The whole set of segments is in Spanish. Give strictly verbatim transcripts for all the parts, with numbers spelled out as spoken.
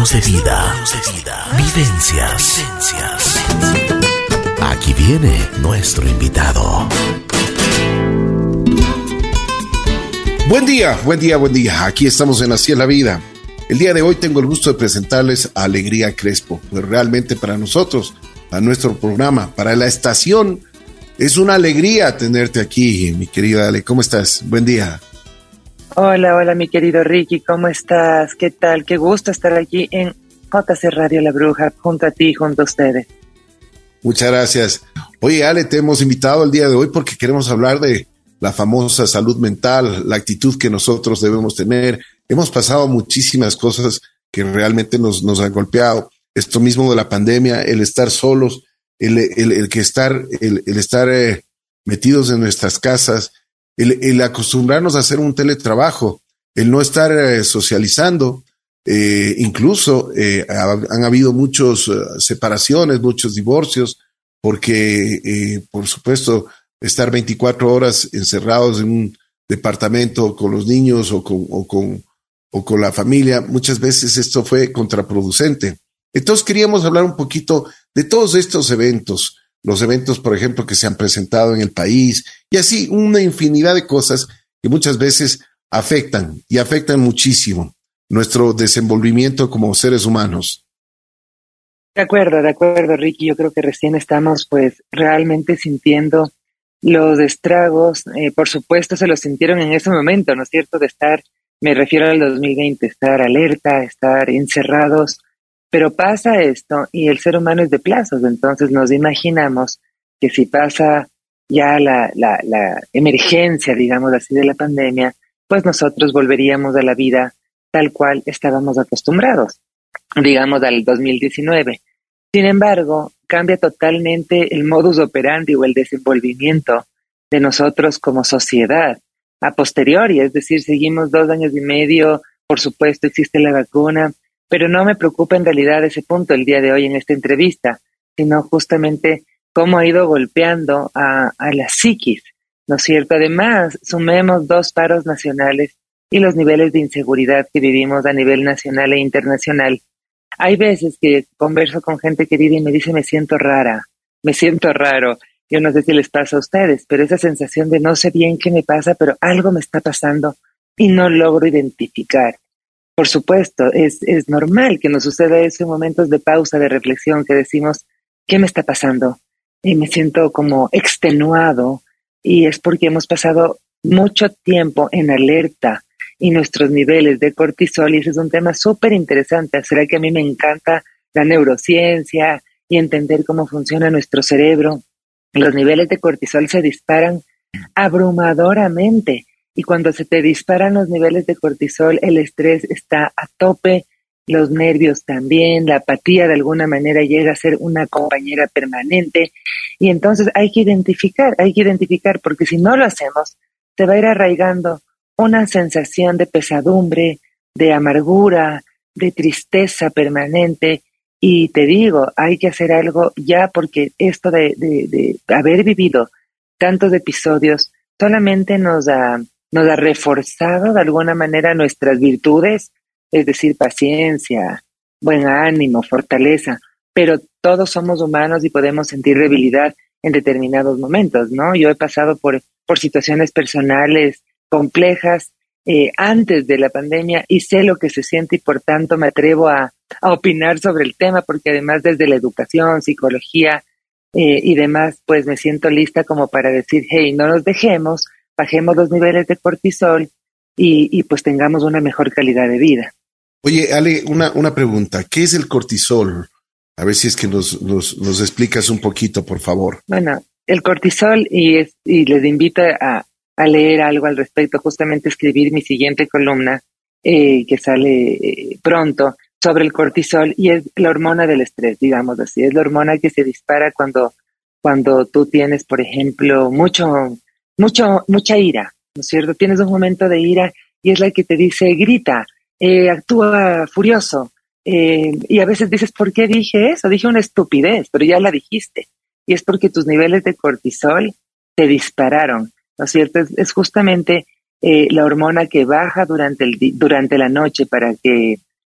años de vida, vivencias. Aquí viene nuestro invitado. Buen día, buen día, buen día. Aquí estamos en Así es la Vida. El día de hoy tengo el gusto de presentarles a Alegría Crespo. Pues realmente para nosotros, para nuestro programa, para la estación, es una alegría tenerte aquí, mi querida Ale. ¿Cómo estás? Buen día. Hola, hola, mi querido Ricky. ¿Cómo estás? ¿Qué tal? Qué gusto estar aquí en J C Radio La Bruja, junto a ti, junto a ustedes. Muchas gracias. Oye, Ale, te hemos invitado el día de hoy porque queremos hablar de la famosa salud mental, la actitud que nosotros debemos tener. Hemos pasado muchísimas cosas que realmente nos, nos han golpeado. Esto mismo de la pandemia, el estar solos, el, el, el que estar, el, el estar eh, metidos en nuestras casas, el, el acostumbrarnos a hacer un teletrabajo, el no estar eh, socializando, eh, incluso eh, ha, han habido muchas uh, separaciones, muchos divorcios, porque, eh, por supuesto, estar veinticuatro horas encerrados en un departamento con los niños o con, o con, o con la familia, muchas veces esto fue contraproducente. Entonces queríamos hablar un poquito de todos estos eventos, los eventos, por ejemplo, que se han presentado en el país y así una infinidad de cosas que muchas veces afectan y afectan muchísimo nuestro desenvolvimiento como seres humanos. De acuerdo, de acuerdo, Ricky. Yo creo que recién estamos pues realmente sintiendo los estragos. Eh, por supuesto se los sintieron en ese momento, ¿no es cierto? De estar, me refiero al dos mil veinte, estar alerta, estar encerrados. Pero pasa esto y el ser humano es de plazos, entonces nos imaginamos que si pasa ya la, la, la emergencia, digamos así, de la pandemia, pues nosotros volveríamos a la vida tal cual estábamos acostumbrados, digamos al dos mil diecinueve. Sin embargo, cambia totalmente el modus operandi o el desenvolvimiento de nosotros como sociedad a posteriori, es decir, seguimos dos años y medio, por supuesto existe la vacuna, pero no me preocupa en realidad ese punto el día de hoy en esta entrevista, sino justamente cómo ha ido golpeando a, a la psiquis, ¿no es cierto? Además, sumemos dos paros nacionales y los niveles de inseguridad que vivimos a nivel nacional e internacional. Hay veces que converso con gente querida y me dice, me siento rara, me siento raro. Yo no sé si les pasa a ustedes, pero esa sensación de no sé bien qué me pasa, pero algo me está pasando y no logro identificar. Por supuesto, es, es normal que nos suceda eso en momentos de pausa, de reflexión, que decimos, ¿qué me está pasando? Y me siento como extenuado y es porque hemos pasado mucho tiempo en alerta y nuestros niveles de cortisol, y ese es un tema súper interesante. Será que a mí me encanta la neurociencia y entender cómo funciona nuestro cerebro. Los niveles de cortisol se disparan abrumadoramente. Y cuando se te disparan los niveles de cortisol, el estrés está a tope, los nervios también, la apatía de alguna manera llega a ser una compañera permanente. Y entonces hay que identificar, hay que identificar, porque si no lo hacemos, se va a ir arraigando una sensación de pesadumbre, de amargura, de tristeza permanente. Y te digo, hay que hacer algo ya, porque esto de, de, de haber vivido tantos episodios solamente nos da... nos ha reforzado de alguna manera nuestras virtudes, es decir, paciencia, buen ánimo, fortaleza, pero todos somos humanos y podemos sentir debilidad en determinados momentos, ¿no? Yo he pasado por, por situaciones personales complejas eh, antes de la pandemia y sé lo que se siente y por tanto me atrevo a, a opinar sobre el tema, porque además desde la educación, psicología eh, y demás, pues me siento lista como para decir, hey, no nos dejemos, bajemos los niveles de cortisol y, y pues tengamos una mejor calidad de vida. Oye, Ale, una, una pregunta. ¿Qué es el cortisol? A ver si es que nos, nos, nos explicas un poquito, por favor. Bueno, el cortisol, y, es, y les invito a, a leer algo al respecto, justamente escribir mi siguiente columna eh, que sale eh, pronto sobre el cortisol, y es la hormona del estrés, digamos así. Es la hormona que se dispara cuando, cuando tú tienes, por ejemplo, mucho... Mucho, mucha ira, ¿no es cierto? Tienes un momento de ira y es la que te dice, grita, eh, actúa furioso. Eh, y a veces dices, ¿por qué dije eso? Dije una estupidez, pero ya la dijiste. Y es porque tus niveles de cortisol te dispararon, ¿no es cierto? Es, es justamente eh, la hormona que baja durante, el, durante la noche para que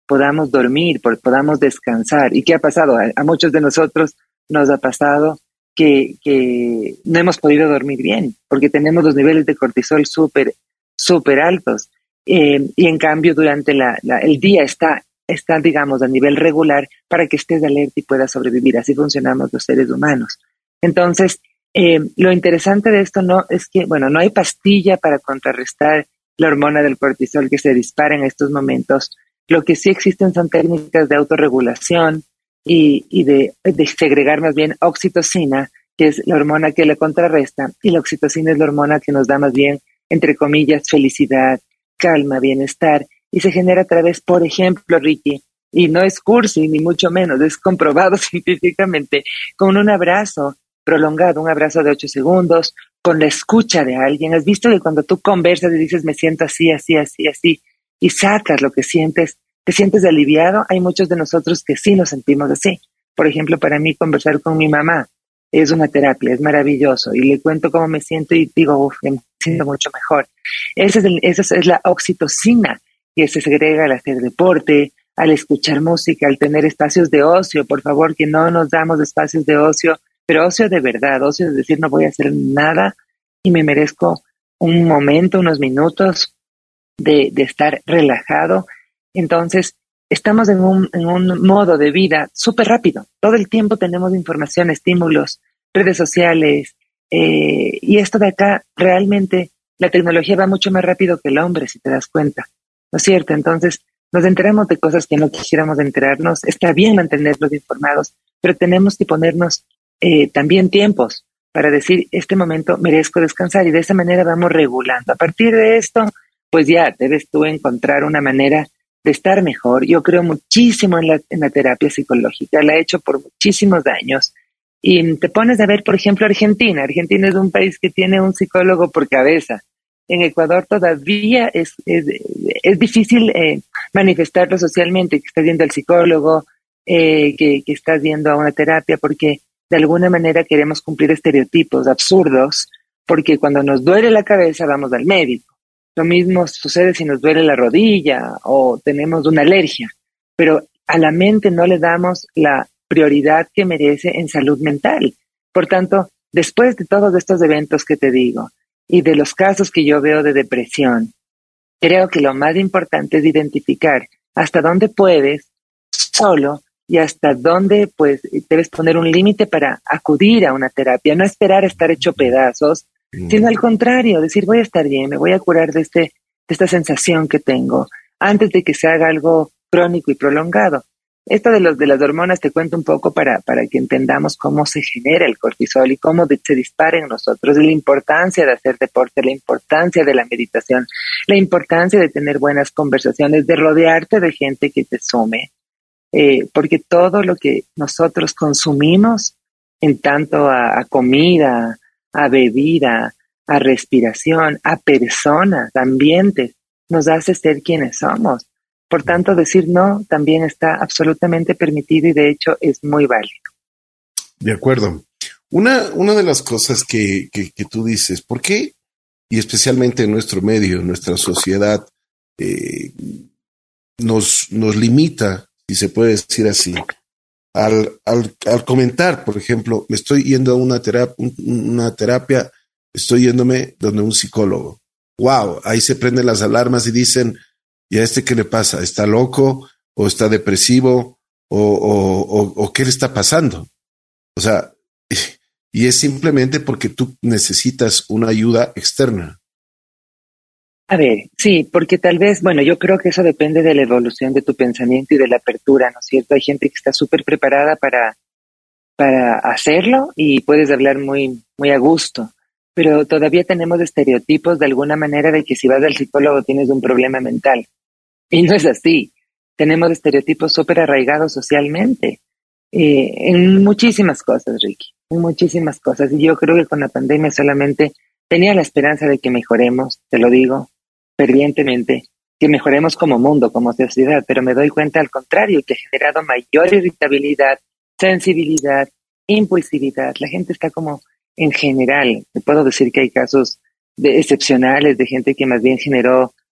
podamos dormir, por, podamos descansar. ¿Y qué ha pasado? A, a muchos de nosotros nos ha pasado que, que no hemos podido dormir bien, porque tenemos los niveles de cortisol súper, súper altos. Eh, y en cambio, durante la, la, el día está, está, digamos, a nivel regular para que estés alerta y puedas sobrevivir. Así funcionamos los seres humanos. Entonces, eh, lo interesante de esto no es que, bueno, no hay pastilla para contrarrestar la hormona del cortisol que se dispara en estos momentos. Lo que sí existen son técnicas de autorregulación y, y de, de segregar más bien oxitocina, que es la hormona que la contrarresta, y la oxitocina es la hormona que nos da más bien, entre comillas, felicidad, calma, bienestar, y se genera a través, por ejemplo, Ricky, y no es cursi, ni mucho menos, es comprobado científicamente, con un abrazo prolongado, un abrazo de ocho segundos, con la escucha de alguien. ¿Has visto que cuando tú conversas y dices, me siento así, así, así, así, y sacas lo que sientes, te sientes aliviado? Hay muchos de nosotros que sí nos sentimos así. Por ejemplo, para mí conversar con mi mamá es una terapia, es maravilloso, y le cuento cómo me siento y digo, uff, me siento mucho mejor. Esa es, el, esa es la oxitocina que se segrega al hacer deporte, al escuchar música, al tener espacios de ocio. Por favor, que no nos damos espacios de ocio, pero ocio de verdad, ocio es decir, no voy a hacer nada y me merezco un momento, unos minutos de, de estar relajado. Entonces, estamos en un, en un modo de vida súper rápido. Todo el tiempo tenemos información, estímulos, redes sociales, eh, y esto de acá, realmente, la tecnología va mucho más rápido que el hombre, si te das cuenta, ¿no es cierto? Entonces, nos enteramos de cosas que no quisiéramos enterarnos. Está bien mantenerlos informados, pero tenemos que ponernos eh, también tiempos para decir, este momento merezco descansar, y de esa manera vamos regulando. A partir de esto, pues ya debes tú encontrar una manera de estar mejor. Yo creo muchísimo en la, en la terapia psicológica, la he hecho por muchísimos años. Y te pones a ver, por ejemplo, Argentina. Argentina es un país que tiene un psicólogo por cabeza. En Ecuador todavía es, es, es difícil eh, manifestarlo socialmente, que estás yendo al psicólogo, eh, que, que estás yendo a una terapia, porque de alguna manera queremos cumplir estereotipos absurdos, porque cuando nos duele la cabeza vamos al médico. Lo mismo sucede si nos duele la rodilla o tenemos una alergia, pero a la mente no le damos la prioridad que merece en salud mental. Por tanto, después de todos estos eventos que te digo y de los casos que yo veo de depresión, creo que lo más importante es identificar hasta dónde puedes solo y hasta dónde pues debes poner un límite para acudir a una terapia, no esperar a estar hecho pedazos, mm. sino al contrario, decir voy a estar bien, me voy a curar de, este, de esta sensación que tengo antes de que se haga algo crónico y prolongado. Esto de, los, de las hormonas te cuento un poco para, para que entendamos cómo se genera el cortisol y cómo de, se dispara en nosotros, la importancia de hacer deporte, la importancia de la meditación, la importancia de tener buenas conversaciones, de rodearte de gente que te sume, eh, porque todo lo que nosotros consumimos en tanto a, a comida, a bebida, a respiración, a personas, a ambientes, nos hace ser quienes somos. Por tanto, decir no también está absolutamente permitido y de hecho es muy válido. De acuerdo. Una, una de las cosas que, que, que tú dices, ¿por qué? Y especialmente en nuestro medio, en nuestra sociedad, eh, nos, nos limita, si se puede decir así, al, al, al comentar, por ejemplo, me estoy yendo a una terapia, una terapia, estoy yéndome donde un psicólogo. Wow, ahí se prenden las alarmas y dicen, ¿y a este qué le pasa? ¿Está loco? ¿O está depresivo? ¿O, o, o, o qué le está pasando? O sea, y es simplemente porque tú necesitas una ayuda externa. A ver, sí, porque tal vez, bueno, yo creo que eso depende de la evolución de tu pensamiento y de la apertura, ¿no es cierto? Hay gente que está súper preparada para, para hacerlo y puedes hablar muy, muy a gusto, pero todavía tenemos estereotipos de alguna manera de que si vas al psicólogo tienes un problema mental. Y no es así. Tenemos estereotipos súper arraigados socialmente, eh, en muchísimas cosas, Ricky, en muchísimas cosas. Y yo creo que con la pandemia solamente tenía la esperanza de que mejoremos, te lo digo fervientemente, que mejoremos como mundo, como sociedad, pero me doy cuenta al contrario, que ha generado mayor irritabilidad, sensibilidad, impulsividad. La gente está como en general, te puedo decir que hay casos de excepcionales de gente que más bien generó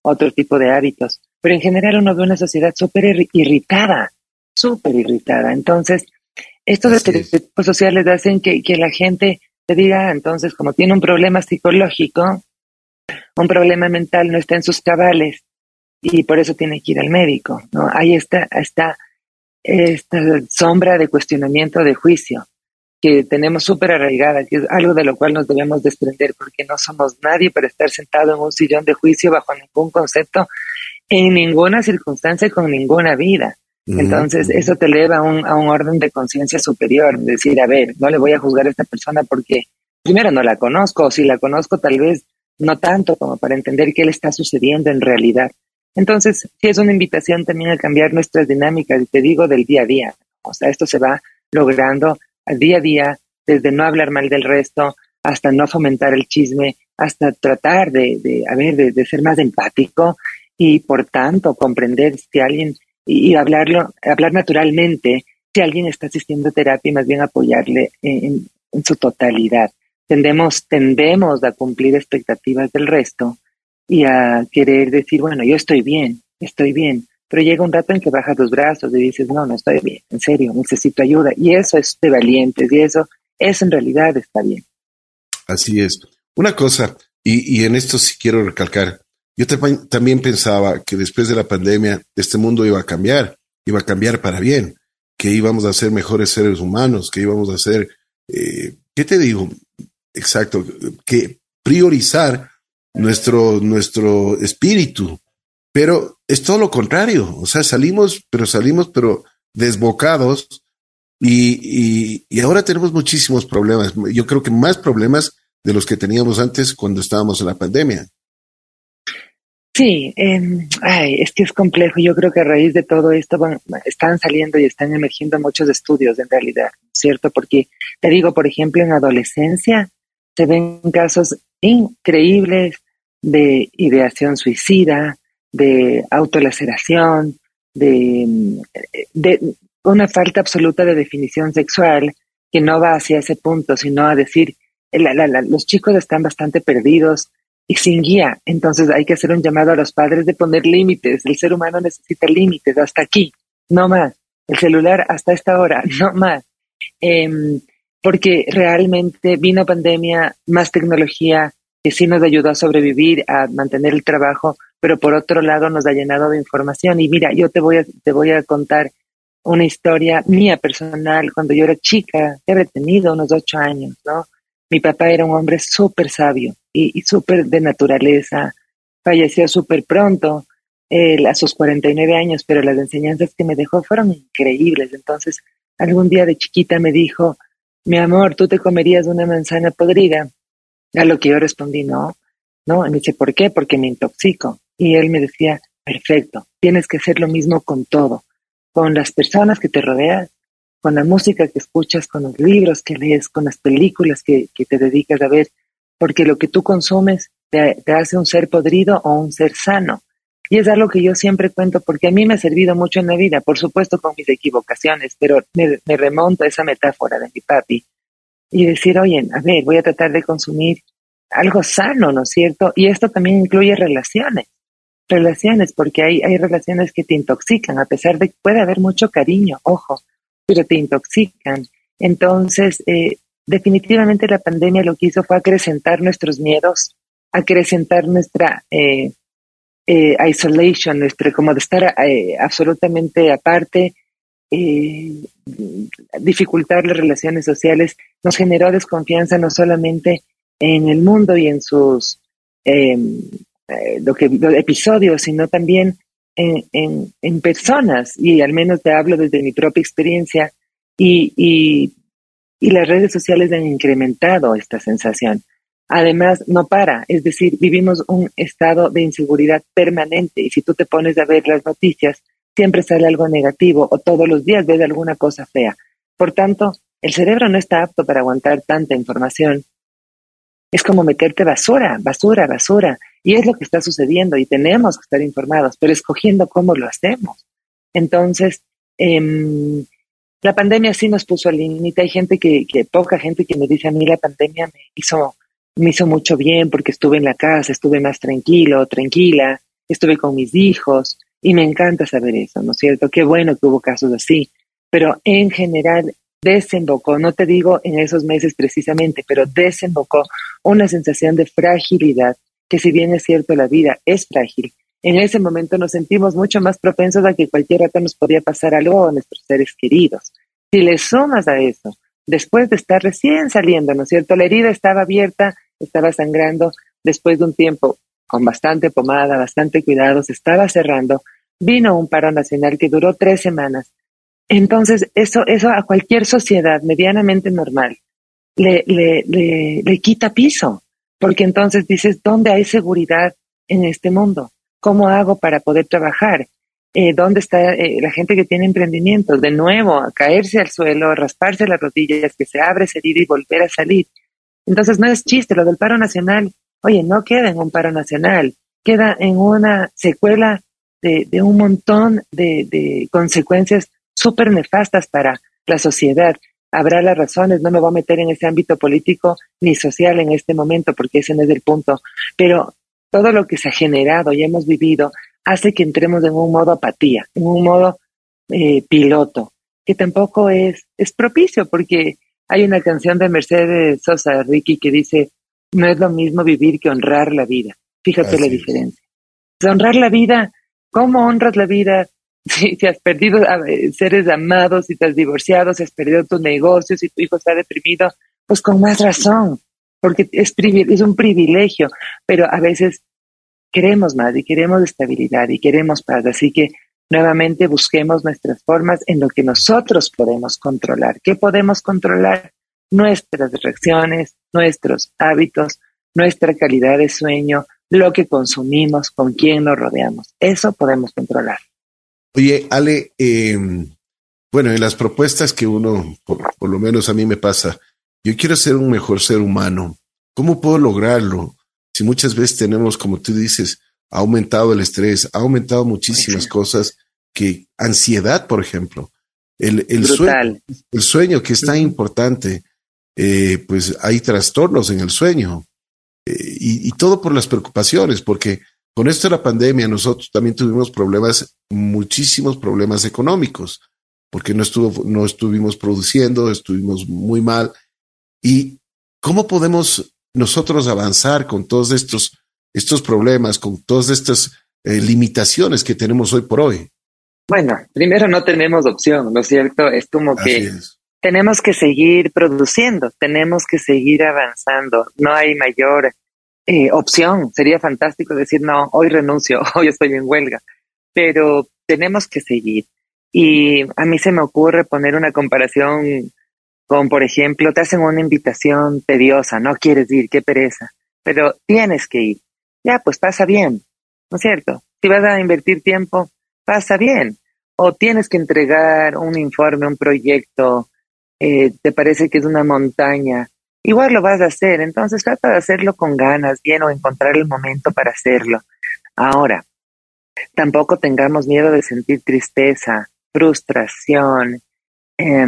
otro tipo de hábitos. Pero en general uno ve una sociedad súper irritada, súper irritada. Entonces, estos Así estereotipos es. sociales hacen que, que la gente te diga, entonces, como tiene un problema psicológico, un problema mental, no está en sus cabales y por eso tiene que ir al médico, ¿no? Ahí está, está esta sombra de cuestionamiento, de juicio, que tenemos súper arraigada, que es algo de lo cual nos debemos desprender, porque no somos nadie para estar sentado en un sillón de juicio bajo ningún concepto, en ninguna circunstancia, con ninguna vida. Entonces, uh-huh. eso te eleva a un, a un orden de conciencia superior, decir, a ver, no le voy a juzgar a esta persona porque primero no la conozco, o si la conozco tal vez no tanto como para entender qué le está sucediendo en realidad. Entonces, sí es una invitación también a cambiar nuestras dinámicas, y te digo, del día a día. O sea, esto se va logrando al día a día, desde no hablar mal del resto, hasta no fomentar el chisme, hasta tratar de, de a ver, de, de ser más empático y, por tanto, comprender si alguien, y, y hablarlo, hablar naturalmente, si alguien está asistiendo a terapia y más bien apoyarle en, en su totalidad. Tendemos, tendemos a cumplir expectativas del resto y a querer decir, bueno, yo estoy bien, estoy bien, pero llega un rato en que bajas los brazos y dices, no, no estoy bien, en serio, necesito ayuda, y eso es de valientes, y eso, eso en realidad está bien. Así es. Una cosa, y, y en esto sí quiero recalcar, yo te, también pensaba que después de la pandemia este mundo iba a cambiar, iba a cambiar para bien, que íbamos a ser mejores seres humanos, que íbamos a ser, eh, ¿qué te digo? Exacto, que priorizar nuestro, nuestro espíritu, pero es todo lo contrario, o sea, salimos, pero salimos, pero desbocados, y, y, y ahora tenemos muchísimos problemas, yo creo que más problemas de los que teníamos antes cuando estábamos en la pandemia. Sí, eh, ay, es que es complejo. Yo creo que a raíz de todo esto van, están saliendo y están emergiendo muchos estudios en realidad, ¿cierto? Porque te digo, por ejemplo, en adolescencia se ven casos increíbles de ideación suicida, de autolaceración, de, de una falta absoluta de definición sexual que no va hacia ese punto, sino a decir, la, la, la, los chicos están bastante perdidos y sin guía. Entonces hay que hacer un llamado a los padres de poner límites. El ser humano necesita límites, hasta aquí, no más. El celular hasta esta hora, no más. Eh, porque realmente vino pandemia, más tecnología, que sí nos ayudó a sobrevivir, a mantener el trabajo, pero por otro lado nos ha llenado de información. Y mira, yo te voy a, te voy a contar una historia mía personal. Cuando yo era chica, que había tenido unos ocho años, ¿no? Mi papá era un hombre súper sabio y, y súper de naturaleza. Falleció súper pronto, eh, a sus cuarenta y nueve años, pero las enseñanzas que me dejó fueron increíbles. Entonces, algún día de chiquita me dijo, mi amor, ¿tú te comerías una manzana podrida? A lo que yo respondí, no, no. Y me dice, ¿por qué? Porque me intoxico. Y él me decía, perfecto, tienes que hacer lo mismo con todo, con las personas que te rodeas, con la música que escuchas, con los libros que lees, con las películas que, que te dedicas a ver, porque lo que tú consumes te, te hace un ser podrido o un ser sano. Y es algo que yo siempre cuento porque a mí me ha servido mucho en la vida, por supuesto con mis equivocaciones, pero me, me remonto a esa metáfora de mi papi y decir, oye, a ver, voy a tratar de consumir algo sano, ¿no es cierto? Y esto también incluye relaciones, relaciones, porque hay, hay relaciones que te intoxican, a pesar de que puede haber mucho cariño, ojo, pero te intoxican. Entonces, eh, definitivamente la pandemia lo que hizo fue acrecentar nuestros miedos, acrecentar nuestra eh, eh, isolation, nuestra, como de estar eh, absolutamente aparte, eh, dificultar las relaciones sociales, nos generó desconfianza no solamente en el mundo y en sus eh, eh, lo que, los episodios, sino también En, en, en personas, y al menos te hablo desde mi propia experiencia, y, y, y las redes sociales han incrementado esta sensación. Además, no para, es decir, vivimos un estado de inseguridad permanente, y si tú te pones a ver las noticias, siempre sale algo negativo, o todos los días ves alguna cosa fea. Por tanto, el cerebro no está apto para aguantar tanta información. Es como meterte basura, basura, basura. Y es lo que está sucediendo y tenemos que estar informados, pero escogiendo cómo lo hacemos. Entonces, eh, la pandemia sí nos puso al límite. Hay gente que, que, poca gente que me dice a mí la pandemia me hizo, me hizo mucho bien porque estuve en la casa, estuve más tranquilo, tranquila. estuve con mis hijos y me encanta saber eso, ¿no es cierto? Qué bueno que hubo casos así, pero en general desembocó, no te digo en esos meses precisamente, pero desembocó una sensación de fragilidad, que si bien es cierto la vida es frágil, en ese momento nos sentimos mucho más propensos a que cualquier rato nos podía pasar algo a nuestros seres queridos. Si le sumas a eso, después de estar recién saliendo, ¿no es cierto? La herida estaba abierta, estaba sangrando, después de un tiempo con bastante pomada, bastante cuidado, se estaba cerrando, vino un paro nacional que duró tres semanas. Entonces, eso, eso a cualquier sociedad medianamente normal le, le, le, le quita piso, porque entonces dices, ¿dónde hay seguridad en este mundo? ¿Cómo hago para poder trabajar? Eh, ¿Dónde está eh, la gente que tiene emprendimientos? De nuevo, a caerse al suelo, a rasparse las rodillas, que se abre esa herida y volver a salir. Entonces, no es chiste, lo del paro nacional, oye, no queda en un paro nacional, queda en una secuela de, de un montón de, de consecuencias súper nefastas para la sociedad. Habrá las razones, no me voy a meter en ese ámbito político ni social en este momento, porque ese no es el punto, pero todo lo que se ha generado y hemos vivido hace que entremos en un modo apatía, en un modo eh, piloto, que tampoco es, es propicio, porque hay una canción de Mercedes Sosa, Ricky, que dice, no es lo mismo vivir que honrar la vida. Fíjate Así la diferencia. Es. Honrar la vida, ¿cómo honras la vida? Si, si has perdido a, seres amados, si te has divorciado, si has perdido tu negocio, si tu hijo está deprimido, pues con más razón, porque es, es un privilegio, pero a veces queremos más y queremos estabilidad y queremos paz, así que nuevamente busquemos nuestras formas en lo que nosotros podemos controlar. ¿Qué podemos controlar? Nuestras reacciones, nuestros hábitos, nuestra calidad de sueño, lo que consumimos, con quién nos rodeamos. Eso podemos controlar. Oye, Ale, eh, bueno, en las propuestas que uno, por, por lo menos a mí me pasa, yo quiero ser un mejor ser humano. ¿Cómo puedo lograrlo? Si muchas veces tenemos, como tú dices, ha aumentado el estrés, ha aumentado muchísimas cosas, que ansiedad, por ejemplo, el, el, sueño, el sueño que es tan importante, eh, pues hay trastornos en el sueño eh, y, y todo por las preocupaciones, porque con esto de la pandemia nosotros también tuvimos problemas, muchísimos problemas económicos, porque no, estuvo, no estuvimos produciendo, estuvimos muy mal. ¿Y cómo podemos nosotros avanzar con todos estos, estos problemas, con todas estas eh, limitaciones que tenemos hoy por hoy? Bueno, primero no tenemos opción, ¿no es cierto? Es como Así que es. Tenemos que seguir produciendo, tenemos que seguir avanzando, no hay mayor eh, opción. Sería fantástico decir, no, hoy renuncio, hoy estoy en huelga, pero tenemos que seguir. Y a mí se me ocurre poner una comparación con, por ejemplo, te hacen una invitación tediosa, no quieres ir, qué pereza, pero tienes que ir. Ya, pues pasa bien, ¿no es cierto? Si vas a invertir tiempo, pasa bien. O tienes que entregar un informe, un proyecto, eh, te parece que es una montaña, igual lo vas a hacer, entonces trata de hacerlo con ganas, bien, o encontrar el momento para hacerlo. Ahora, tampoco tengamos miedo de sentir tristeza, frustración, eh,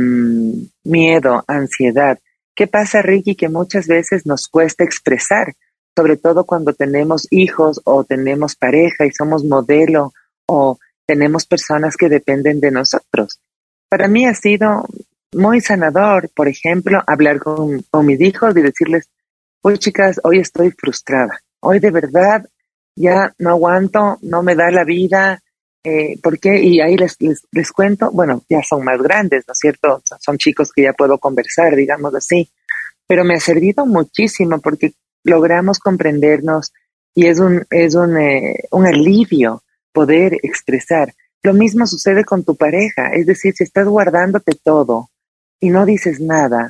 miedo, ansiedad. ¿Qué pasa, Ricky? Que muchas veces nos cuesta expresar, sobre todo cuando tenemos hijos o tenemos pareja y somos modelo o tenemos personas que dependen de nosotros. Para mí ha sido muy sanador, por ejemplo, hablar con, con mis hijos y decirles, uy, chicas, hoy estoy frustrada, hoy de verdad ya no aguanto, no me da la vida, eh, ¿por qué? Y ahí les, les, les cuento, bueno, ya son más grandes, ¿no es cierto? Son chicos que ya puedo conversar, digamos así, pero me ha servido muchísimo porque logramos comprendernos y es un, es un, eh, un alivio poder expresar. Lo mismo sucede con tu pareja, es decir, si estás guardándote todo y no dices nada,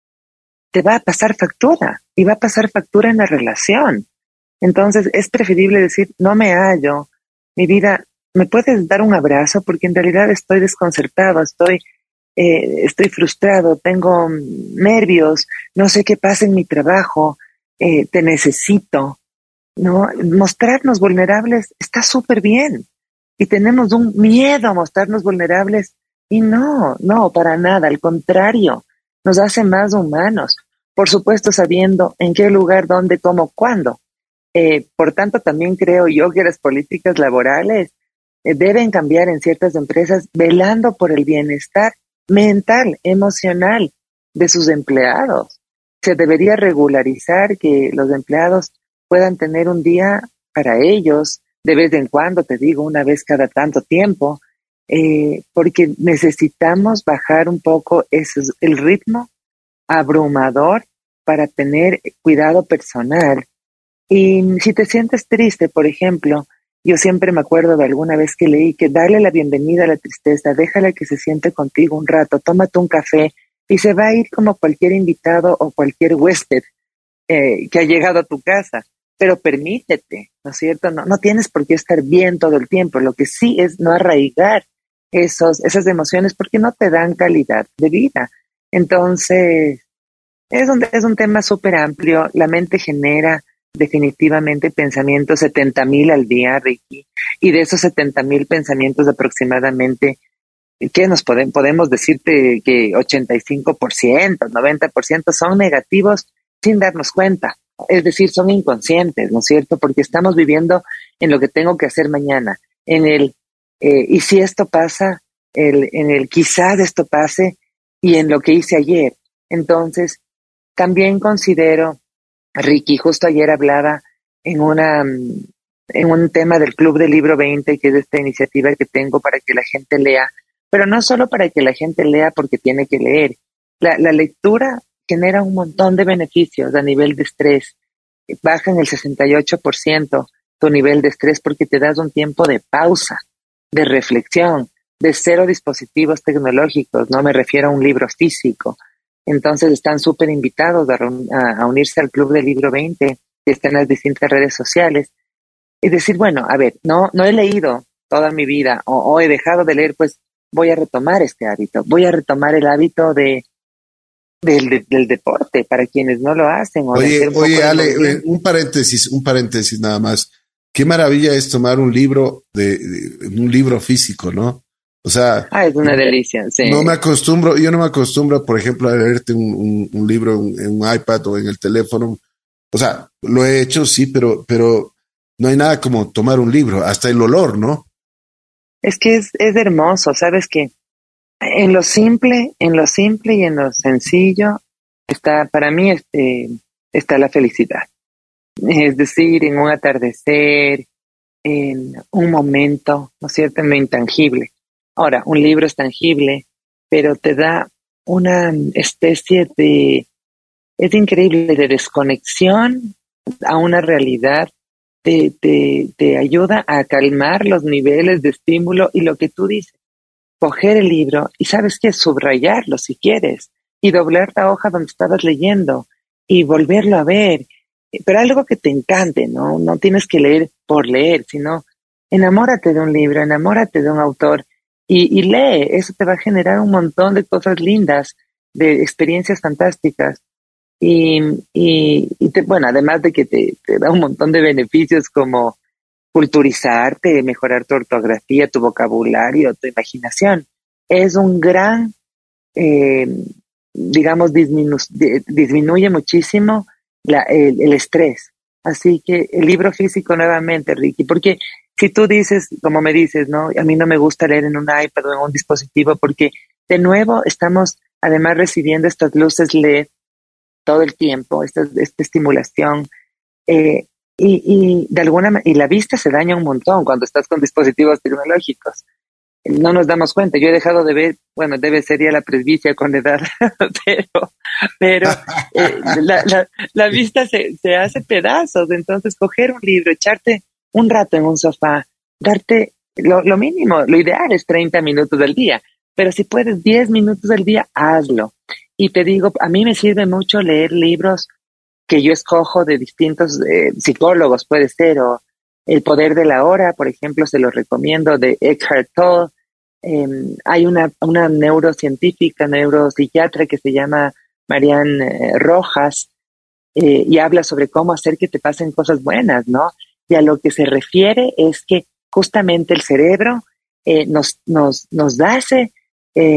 te va a pasar factura y va a pasar factura en la relación. Entonces es preferible decir, no me hallo, mi vida, ¿me puedes dar un abrazo? Porque en realidad estoy desconcertado, estoy, eh, estoy frustrado, tengo nervios, no sé qué pasa en mi trabajo, eh, te necesito. ¿No? Mostrarnos vulnerables está súper bien y tenemos un miedo a mostrarnos vulnerables y no, no, para nada, al contrario, nos hace más humanos, por supuesto sabiendo en qué lugar, dónde, cómo, cuándo, Eh, por tanto, también creo yo que las políticas laborales eh, deben cambiar en ciertas empresas, velando por el bienestar mental, emocional de sus empleados. Se debería regularizar que los empleados puedan tener un día para ellos, de vez en cuando, te digo, una vez cada tanto tiempo, eh, porque necesitamos bajar un poco ese, el ritmo abrumador para tener cuidado personal. Y si te sientes triste, por ejemplo, yo siempre me acuerdo de alguna vez que leí que darle la bienvenida a la tristeza, déjala que se siente contigo un rato, tómate un café y se va a ir como cualquier invitado o cualquier huésped eh, que ha llegado a tu casa. Pero permítete, ¿no es cierto? No, no tienes por qué estar bien todo el tiempo. Lo que sí es no arraigar esos, esas emociones porque no te dan calidad de vida. Entonces, es un, es un tema súper amplio. La mente genera definitivamente pensamientos setenta mil al día, Ricky. Y de esos setenta mil pensamientos aproximadamente, ¿qué nos podemos, podemos decirte que ochenta y cinco por ciento, noventa por ciento son negativos sin darnos cuenta? Es decir, son inconscientes, ¿no es cierto? Porque estamos viviendo en lo que tengo que hacer mañana, en el, eh, y si esto pasa, el, en el quizás esto pase, y en lo que hice ayer. Entonces, también considero, Ricky, justo ayer hablaba en una, en un tema del Club del Libro veinte, que es esta iniciativa que tengo para que la gente lea, pero no solo para que la gente lea porque tiene que leer. La, la lectura genera un montón de beneficios a nivel de estrés. Baja en el sesenta y ocho por ciento tu nivel de estrés porque te das un tiempo de pausa, de reflexión, de cero dispositivos tecnológicos. No me refiero a un libro físico. Entonces están súper invitados a, a, a unirse al Club del Libro veinte, que está en las distintas redes sociales. Es decir, bueno, a ver, no, no he leído toda mi vida o, o he dejado de leer, pues voy a retomar este hábito. Voy a retomar el hábito de Del, de, del deporte, para quienes no lo hacen. O oye, un oye, Ale, un paréntesis, un paréntesis nada más. Qué maravilla es tomar un libro de, de un libro físico, ¿no? O sea, ah, es una delicia. Sí. No me acostumbro, yo no me acostumbro, por ejemplo, a leerte un, un, un libro en, en un iPad o en el teléfono. O sea, lo he hecho, sí, pero, pero no hay nada como tomar un libro, hasta el olor, ¿no? Es que es, es hermoso, ¿sabes qué? En lo simple, en lo simple y en lo sencillo está, para mí, este, está la felicidad. Es decir, en un atardecer, en un momento, ¿no es cierto?, en lo intangible. Ahora, un libro es tangible, pero te da una especie de, es increíble, de desconexión a una realidad, te, te, te ayuda a calmar los niveles de estímulo y lo que tú dices. Coger el libro y sabes qué, subrayarlo si quieres y doblar la hoja donde estabas leyendo y volverlo a ver, pero algo que te encante, ¿no? No tienes que leer por leer, sino enamórate de un libro, enamórate de un autor y, y lee. Eso te va a generar un montón de cosas lindas, de experiencias fantásticas y, y, y te, bueno, además de que te, te da un montón de beneficios como culturizarte, mejorar tu ortografía, tu vocabulario, tu imaginación. Es un gran, eh, digamos, disminu disminuye muchísimo la, el, el estrés. Así que el libro físico nuevamente, Ricky, porque si tú dices, como me dices, ¿no? A mí no me gusta leer en un iPad o en un dispositivo porque de nuevo estamos además recibiendo estas luces L E D todo el tiempo, esta, esta estimulación, eh, Y, y de alguna y la vista se daña un montón cuando estás con dispositivos tecnológicos. No nos damos cuenta. Yo he dejado de ver, bueno, debe ser ya la presbicia con edad, pero, pero eh, la, la, la vista se, se hace pedazos. Entonces, coger un libro, echarte un rato en un sofá, darte lo, lo mínimo, lo ideal es treinta minutos al día, pero si puedes diez minutos al día, hazlo. Y te digo, a mí me sirve mucho leer libros que yo escojo de distintos eh, psicólogos, puede ser, o El poder de la hora, por ejemplo, se lo recomiendo, de Eckhart Tolle. Eh, hay una, una neurocientífica, neuropsiquiatra que se llama Marianne Rojas, eh, y habla sobre cómo hacer que te pasen cosas buenas, ¿no? Y a lo que se refiere es que justamente el cerebro eh, nos, nos, nos hace eh,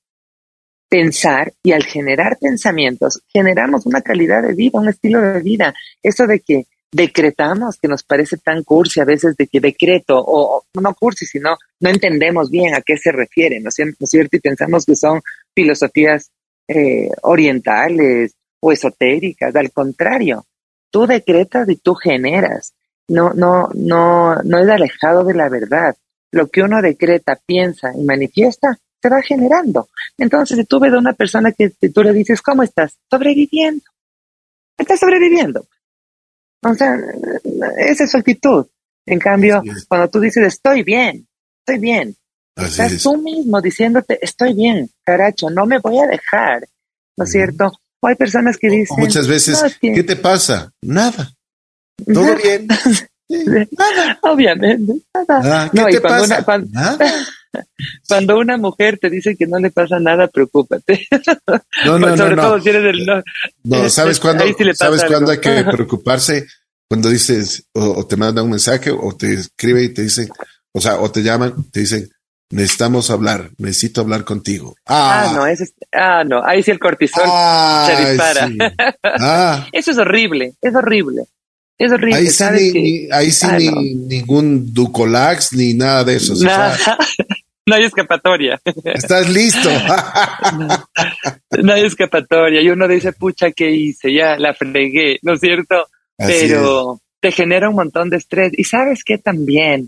pensar, y al generar pensamientos generamos una calidad de vida, un estilo de vida. Eso de que decretamos, que nos parece tan cursi a veces, de que decreto, o, o no cursi, sino no entendemos bien a qué se refiere, ¿no es cier- ¿no es cierto? Y pensamos que son filosofías eh, orientales o esotéricas. Al contrario, tú decretas y tú generas. No, no, no, no es alejado de la verdad. Lo que uno decreta, piensa y manifiesta, se va generando. Entonces, si tú ves a una persona que que tú le dices, ¿cómo estás? Sobreviviendo. Estás sobreviviendo. O sea, esa es su actitud. En cambio, Así es. cuando tú dices, estoy bien, estoy bien, Así estás es. tú mismo diciéndote, estoy bien, caracho, no me voy a dejar, ¿no es Ujú. cierto? O hay personas que O, o dicen, muchas veces, no, es que, ¿qué te pasa? Nada. ¿Todo nada, bien? Sí, nada. obviamente, nada. Ah, ¿qué No, y te cuando pasa? una, cuando, Nada. cuando una mujer te dice que no le pasa nada, preocúpate. No, no, no, Sobre no. todo si eres del no. No, ¿sabes cuándo, Ahí sí le sabes pasa cuándo algo. hay que preocuparse? Cuando dices, o, o te mandan un mensaje, o te escribe y te dicen, o sea, o te llaman, te dicen, necesitamos hablar, necesito hablar contigo. Ah, Ah, no, ese es, ah, no, ahí sí el cortisol se ay, dispara. sí. Ah, Eso es horrible, es horrible, es ahí horrible, sí, ¿sabes ni, qué? ni- ahí sí Ah, no, ni ningún Ducolax, ni nada de esos. O nada, sea, no hay escapatoria, estás listo. no, no hay escapatoria. Y uno dice, pucha, ¿qué hice? Ya la fregué, ¿no es cierto? Así es. Pero te genera un montón de estrés. Y sabes qué también,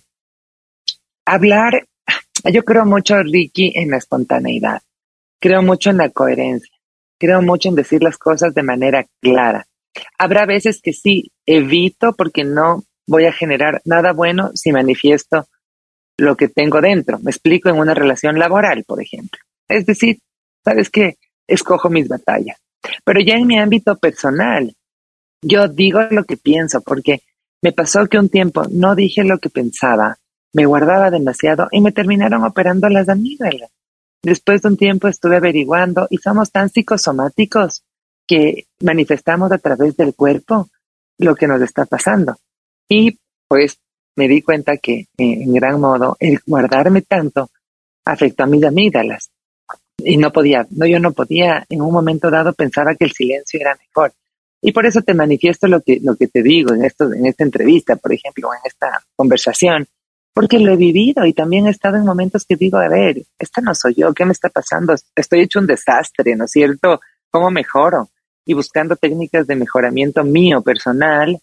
hablar, yo creo mucho, Ricky, en la espontaneidad, creo mucho en la coherencia, creo mucho en decir las cosas de manera clara. Habrá veces que sí evito porque no voy a generar nada bueno si manifiesto lo que tengo dentro. Me explico en una relación laboral, por ejemplo. Es decir, ¿sabes qué? Escojo mis batallas. Pero ya en mi ámbito personal, yo digo lo que pienso, porque me pasó que un tiempo no dije lo que pensaba, me guardaba demasiado y me terminaron operando las amígdalas. Después de un tiempo estuve averiguando y somos tan psicosomáticos que manifestamos a través del cuerpo lo que nos está pasando. Y pues me di cuenta que eh, en gran modo el guardarme tanto afectó a mis amígdalas y no podía, no, yo no podía, en un momento dado pensaba que el silencio era mejor. Y por eso te manifiesto lo que, lo que te digo en esto, en esta entrevista, por ejemplo, en esta conversación, porque lo he vivido y también he estado en momentos que digo, a ver, esta no soy yo, ¿qué me está pasando? Estoy hecho un desastre, ¿no es cierto? ¿Cómo mejoro? Y buscando técnicas de mejoramiento mío personal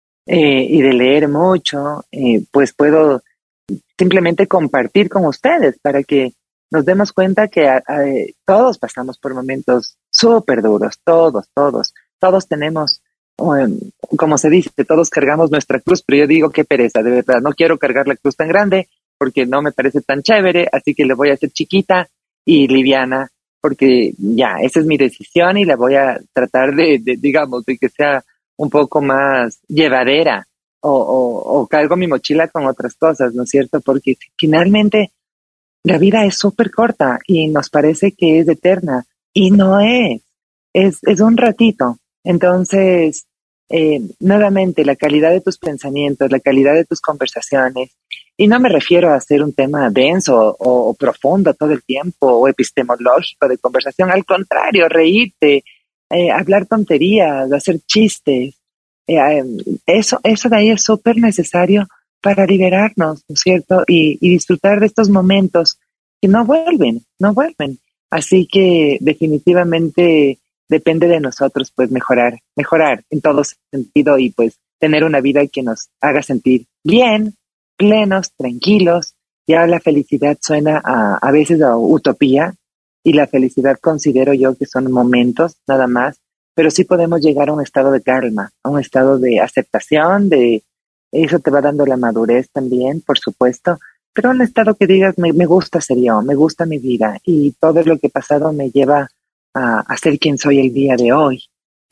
eh, y de leer mucho, eh, pues puedo simplemente compartir con ustedes para que nos demos cuenta que a, a, todos pasamos por momentos súper duros, todos, todos, todos tenemos, um, como se dice, todos cargamos nuestra cruz, pero yo digo qué pereza, de verdad, no quiero cargar la cruz tan grande porque no me parece tan chévere, así que le voy a hacer chiquita y liviana, porque ya, esa es mi decisión y la voy a tratar de, de digamos, de que sea un poco más llevadera o, o, o cargo mi mochila con otras cosas, ¿no es cierto? Porque finalmente la vida es súper corta y nos parece que es eterna y no es, es, es un ratito. Entonces, eh, nuevamente, la calidad de tus pensamientos, la calidad de tus conversaciones, y no me refiero a hacer un tema denso o, o profundo todo el tiempo o epistemológico de conversación, al contrario, reírte, eh, hablar tonterías, hacer chistes, eh, eso, eso de ahí es súper necesario para liberarnos, ¿no es cierto? Y, y disfrutar de estos momentos que no vuelven, no vuelven. Así que definitivamente depende de nosotros, pues mejorar, mejorar en todo sentido y pues tener una vida que nos haga sentir bien, plenos, tranquilos. Ya la felicidad suena a, a veces a utopía y la felicidad considero yo que son momentos nada más, pero sí podemos llegar a un estado de calma, a un estado de aceptación, de eso te va dando la madurez también, por supuesto, pero un estado que digas, me, me gusta ser yo, me gusta mi vida y todo lo que he pasado me lleva a, a ser quien soy el día de hoy.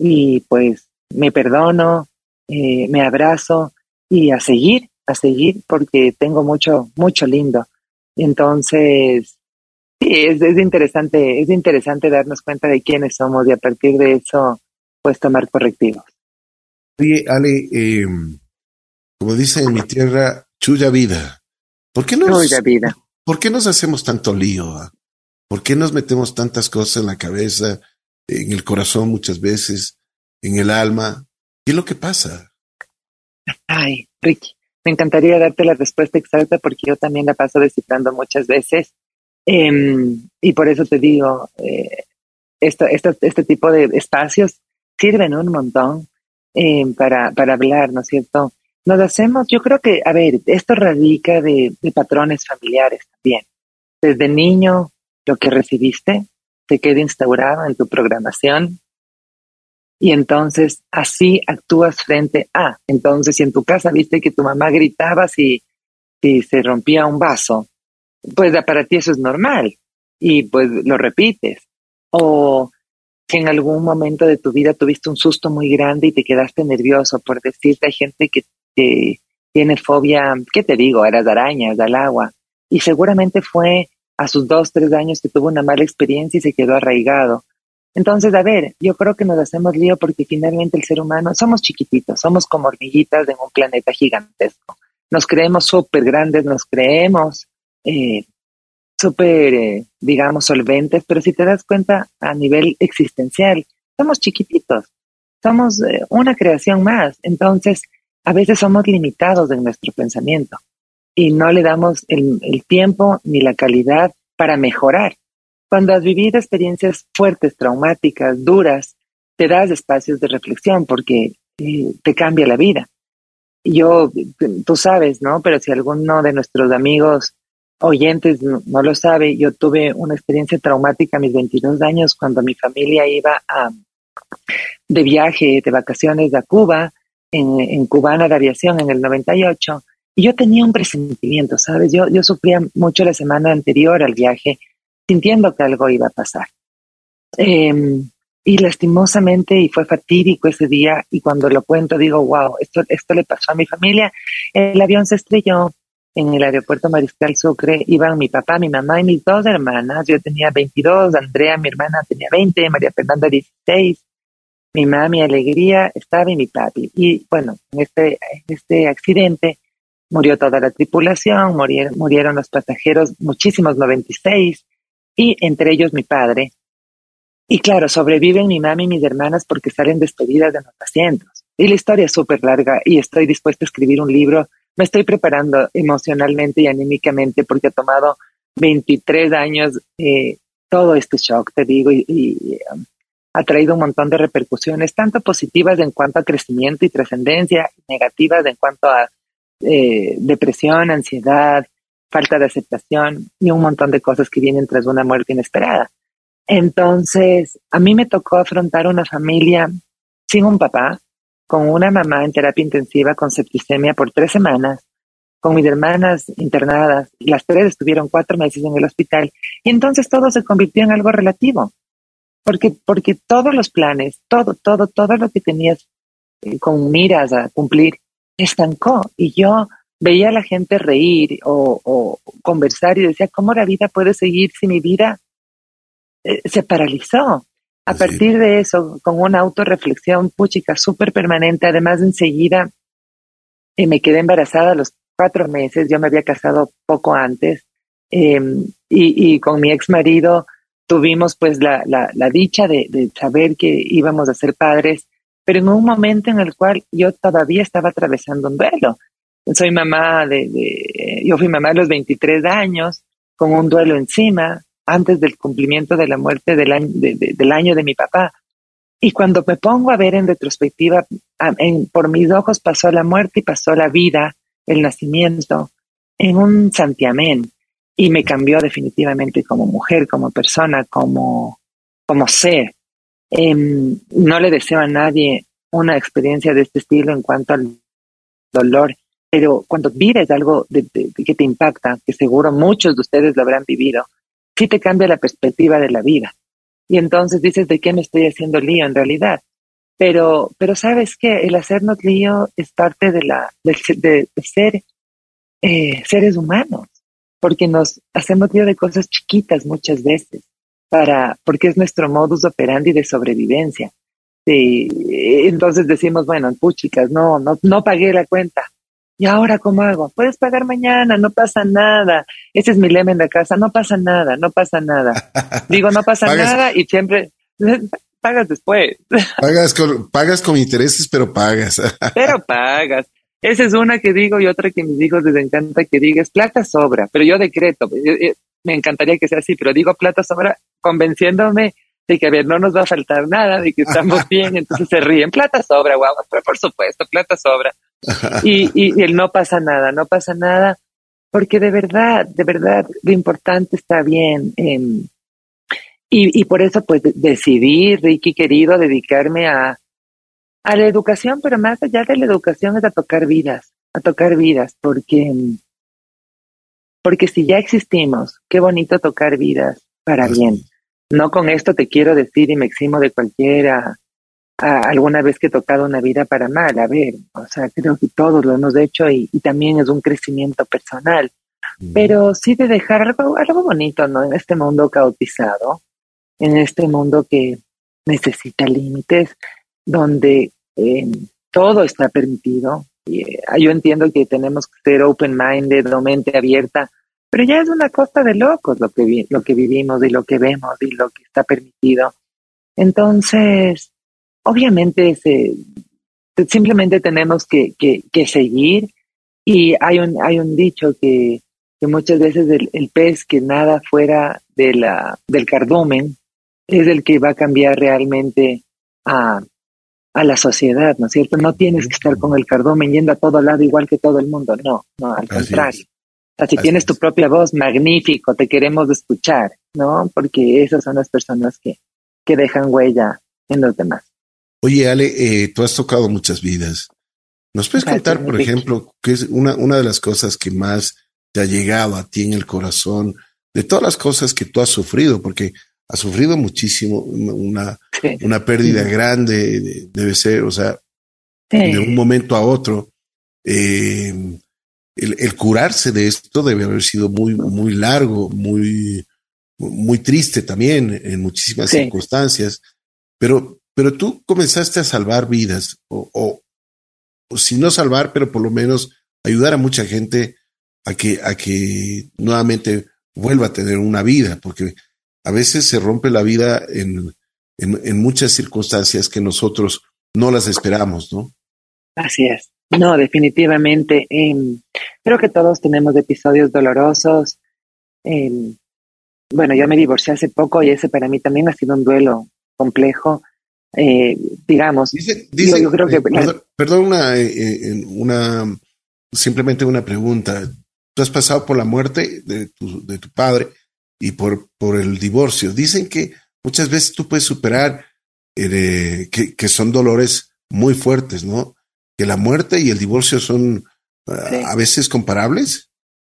Y pues me perdono, eh, me abrazo y a seguir, a seguir porque tengo mucho, mucho lindo. Entonces, sí, es, es interesante, es interesante darnos cuenta de quiénes somos y a partir de eso, pues tomar correctivos. Oye, Ale, eh, como dicen en mi tierra, chulla vida. ¿Por qué nos, Chulla vida. ¿por qué nos hacemos tanto lío? Ah? ¿Por qué nos metemos tantas cosas en la cabeza, en el corazón muchas veces, en el alma? ¿Qué es lo que pasa? Ay, Ricky, me encantaría darte la respuesta exacta porque yo también la paso descifrando muchas veces. Eh, y por eso te digo, eh, esto, esto, este tipo de espacios sirven un montón eh, para, para hablar, ¿no es cierto? Nos hacemos, yo creo que, a ver, esto radica de, de patrones familiares también. Desde niño, lo que recibiste te queda instaurado en tu programación y entonces así actúas frente a. Entonces, si en tu casa viste que tu mamá gritaba si, si se rompía un vaso, pues para ti eso es normal y pues lo repites. O que en algún momento de tu vida tuviste un susto muy grande y te quedaste nervioso, por decirte, hay gente que, que tiene fobia, ¿qué te digo? A las arañas, al agua. Y seguramente fue a sus dos, tres años que tuvo una mala experiencia y se quedó arraigado. Entonces, a ver, yo creo que nos hacemos lío porque finalmente el ser humano, somos chiquititos, somos como hormiguitas en un planeta gigantesco. Nos creemos súper grandes, nos creemos eh, súper, eh, digamos, solventes, pero si te das cuenta a nivel existencial, somos chiquititos, somos eh, una creación más. Entonces, a veces somos limitados en nuestro pensamiento y no le damos el, el tiempo ni la calidad para mejorar. Cuando has vivido experiencias fuertes, traumáticas, duras, te das espacios de reflexión porque eh, te cambia la vida. Yo, tú sabes, ¿no? Pero si alguno de nuestros amigos oyentes no, no lo sabe, yo tuve una experiencia traumática a mis veintidós años cuando mi familia iba a, de viaje, de vacaciones a Cuba, en, en Cubana de Aviación en el noventa y ocho, y yo tenía un presentimiento, ¿sabes? Yo, yo sufría mucho la semana anterior al viaje, sintiendo que algo iba a pasar. Eh, y lastimosamente, y fue fatídico ese día, y cuando lo cuento digo, wow, esto, esto le pasó a mi familia. El avión se estrelló en el aeropuerto Mariscal Sucre, iban mi papá, mi mamá y mis dos hermanas. Yo tenía veintidós, Andrea, mi hermana, tenía veinte, María Fernanda, dieciséis, mi mami, Alegría, estaba y mi papi. Y bueno, en este, en este accidente murió toda la tripulación, murieron, murieron los pasajeros, muchísimos, noventa y seis, y entre ellos mi padre. Y claro, sobreviven mi mami y mis hermanas porque salen despedidas de los asientos. Y la historia es súper larga y estoy dispuesta a escribir un libro. Me estoy preparando emocionalmente y anímicamente porque ha tomado veintitrés años eh, todo este shock, te digo, y, y um, ha traído un montón de repercusiones, tanto positivas en cuanto a crecimiento y trascendencia, negativas en cuanto a eh, depresión, ansiedad, falta de aceptación y un montón de cosas que vienen tras una muerte inesperada. Entonces, a mí me tocó afrontar una familia sin un papá, con una mamá en terapia intensiva con septicemia por tres semanas, con mis hermanas internadas, las tres estuvieron cuatro meses en el hospital, y entonces todo se convirtió en algo relativo, porque, porque todos los planes, todo, todo, todo lo que tenías eh, con miras a cumplir, estancó, y yo veía a la gente reír o, o conversar y decía, ¿cómo la vida puede seguir si mi vida eh, se paralizó? A partir de eso, con una autorreflexión puchica súper permanente, además enseguida eh, me quedé embarazada a los cuatro meses, yo me había casado poco antes, eh, y, y con mi ex marido tuvimos pues la, la, la dicha de, de saber que íbamos a ser padres, pero en un momento en el cual yo todavía estaba atravesando un duelo. Soy mamá de, de yo fui mamá a los veintitrés años, con un duelo encima, antes del cumplimiento de la muerte del año de, de, del año de mi papá. Y cuando me pongo a ver en retrospectiva, en, por mis ojos pasó la muerte y pasó la vida, el nacimiento, en un santiamén. Y me cambió definitivamente como mujer, como persona, como, como ser. Eh, no le deseo a nadie una experiencia de este estilo en cuanto al dolor, pero cuando vives algo de, de, de que te impacta, que seguro muchos de ustedes lo habrán vivido, sí te cambia la perspectiva de la vida. Y entonces dices, ¿de qué me estoy haciendo lío en realidad? Pero, pero ¿sabes qué? El hacernos lío es parte de la de, de, de ser eh, seres humanos, porque nos hacemos lío de cosas chiquitas muchas veces, para, porque es nuestro modus operandi de sobrevivencia. Sí, entonces decimos, bueno, puchicas, no, no, no pagué la cuenta. ¿Y ahora cómo hago? Puedes pagar mañana, no pasa nada. Ese es mi lema en la casa, no pasa nada, no pasa nada. Digo, no pasa nada y siempre pagas después. Pagas con, pagas con intereses, pero pagas. Pero pagas. esa es una que digo y otra que a mis hijos les encanta que diga, es plata sobra, pero yo decreto, yo, yo, me encantaría que sea así, pero digo plata sobra convenciéndome de que, a ver, no nos va a faltar nada, de que estamos bien, entonces se ríen, plata sobra, guau, pero por supuesto, plata sobra. Y, y, y el no pasa nada, no pasa nada, porque de verdad, de verdad, lo importante está bien. Eh, y, y por eso, pues, decidí, Ricky querido, dedicarme a, a la educación, pero más allá de la educación es a tocar vidas, a tocar vidas, porque, porque si ya existimos, qué bonito tocar vidas para bien. No con esto te quiero decir y me eximo de cualquiera a, alguna vez que he tocado una vida para mal. A ver, o sea, creo que todos lo hemos hecho y, y también es un crecimiento personal. Mm. Pero sí de dejar algo, algo bonito, ¿no? En este mundo caotizado, en este mundo que necesita límites, donde eh, todo está permitido. Y, eh, yo entiendo que tenemos que ser open-minded o mente abierta, pero ya es una costa de locos lo que, vi, lo que vivimos y lo que vemos y lo que está permitido. Entonces, obviamente, se, simplemente tenemos que, que, que seguir. Y hay un, hay un dicho que, que muchas veces el, el pez que nada fuera de la, del cardumen es el que va a cambiar realmente a, a la sociedad, ¿no es cierto? No tienes que estar con el cardumen yendo a todo lado igual que todo el mundo. No, no, al contrario. O sea, si Así tienes es. tu propia voz, magnífico, te queremos escuchar, ¿no? Porque esas son las personas que, que dejan huella en los demás. Oye, Ale, eh, tú has tocado muchas vidas. ¿Nos puedes Gracias, contar, por ejemplo, qué es una, una de las cosas que más te ha llegado a ti en el corazón, de todas las cosas que tú has sufrido? Porque has sufrido muchísimo, una, sí. una pérdida sí. grande, debe ser, o sea, sí. de un momento a otro. Eh, El, el curarse de esto debe haber sido muy, muy largo, muy, muy triste también en muchísimas sí. circunstancias, pero, pero tú comenzaste a salvar vidas, o, o, o si no salvar, pero por lo menos ayudar a mucha gente a que, a que nuevamente vuelva a tener una vida, porque a veces se rompe la vida en, en, en muchas circunstancias que nosotros no las esperamos, ¿no? Así es. No, definitivamente. Eh, creo que todos tenemos episodios dolorosos. Eh, bueno, yo me divorcié hace poco y ese para mí también ha sido un duelo complejo. Eh, digamos, dice, dice, yo, yo creo que... Eh, perdón, perdón una, eh, una, simplemente una pregunta. Tú has pasado por la muerte de tu, de tu padre y por, por el divorcio. Dicen que muchas veces tú puedes superar, eh, que, que son dolores muy fuertes, ¿no? Que la muerte y el divorcio son uh, sí. a veces comparables.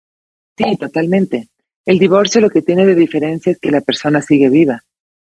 Sí, totalmente. El divorcio lo que tiene de diferencia es que la persona sigue viva,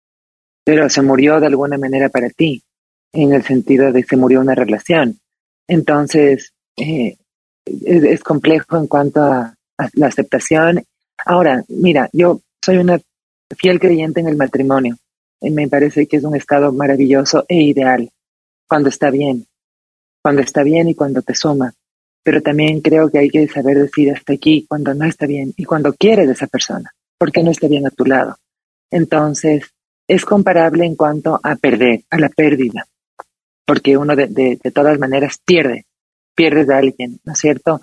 pero se murió de alguna manera para ti, en el sentido de que se murió una relación. Entonces, eh, es, es complejo en cuanto a, a la aceptación. Ahora, mira, yo soy una fiel creyente en el matrimonio. Y me parece que es un estado maravilloso e ideal, cuando está bien. Cuando está bien y cuando te suma. Pero también creo que hay que saber decir hasta aquí cuando no está bien y cuando quieres de esa persona, porque no está bien a tu lado. Entonces, es comparable en cuanto a perder, a la pérdida, porque uno de, de, de todas maneras pierde, pierdes a alguien, ¿no es cierto?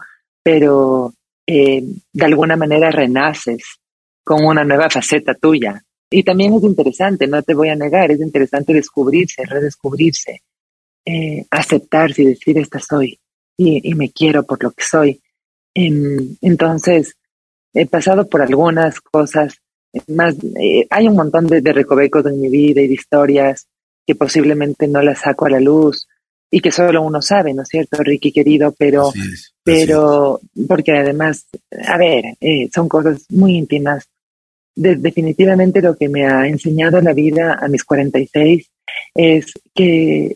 Pero eh, de alguna manera renaces con una nueva faceta tuya. Y también es interesante, no te voy a negar, es interesante descubrirse, redescubrirse. Eh, aceptarse y decir esta soy y, y me quiero por lo que soy. Eh, entonces he pasado por algunas cosas más, eh, hay un montón de, de recovecos en mi vida y de historias que posiblemente no las saco a la luz y que solo uno sabe, ¿no es cierto, Ricky querido? Pero, así es, así pero es. Porque además, a ver, eh, son cosas muy íntimas. De, definitivamente lo que me ha enseñado la vida a mis cuarenta y seis es que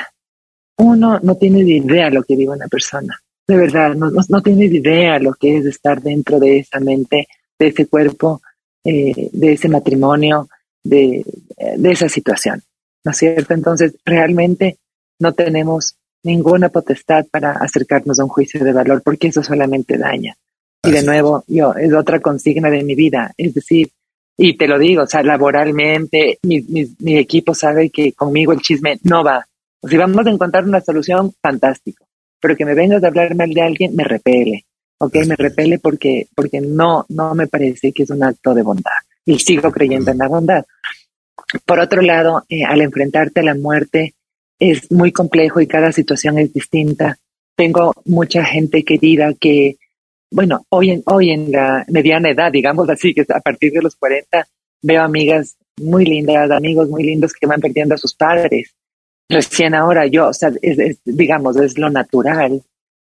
uno no tiene ni idea lo que vive una persona. De verdad, no, no, no tienes idea lo que es estar dentro de esa mente, de ese cuerpo, eh, de ese matrimonio, de, de esa situación, ¿no es cierto? Entonces, realmente no tenemos ninguna potestad para acercarnos a un juicio de valor, porque eso solamente daña. Y de nuevo, yo, es otra consigna de mi vida, es decir, y te lo digo, o sea, laboralmente, mi, mi, mi equipo sabe que conmigo el chisme no va. Si vamos a encontrar una solución, fantástico. pero que me vengas a hablar mal de alguien me repele, ¿ok? Me repele porque, porque no, no me parece que es un acto de bondad y sigo creyendo en la bondad. Por otro lado, eh, al enfrentarte a la muerte es muy complejo y cada situación es distinta. Tengo mucha gente querida que, bueno, hoy en, hoy en la mediana edad, digamos así, que a partir de los cuarenta, veo amigas muy lindas, amigos muy lindos que van perdiendo a sus padres. Recién ahora yo, o sea, es, es, digamos, es lo natural.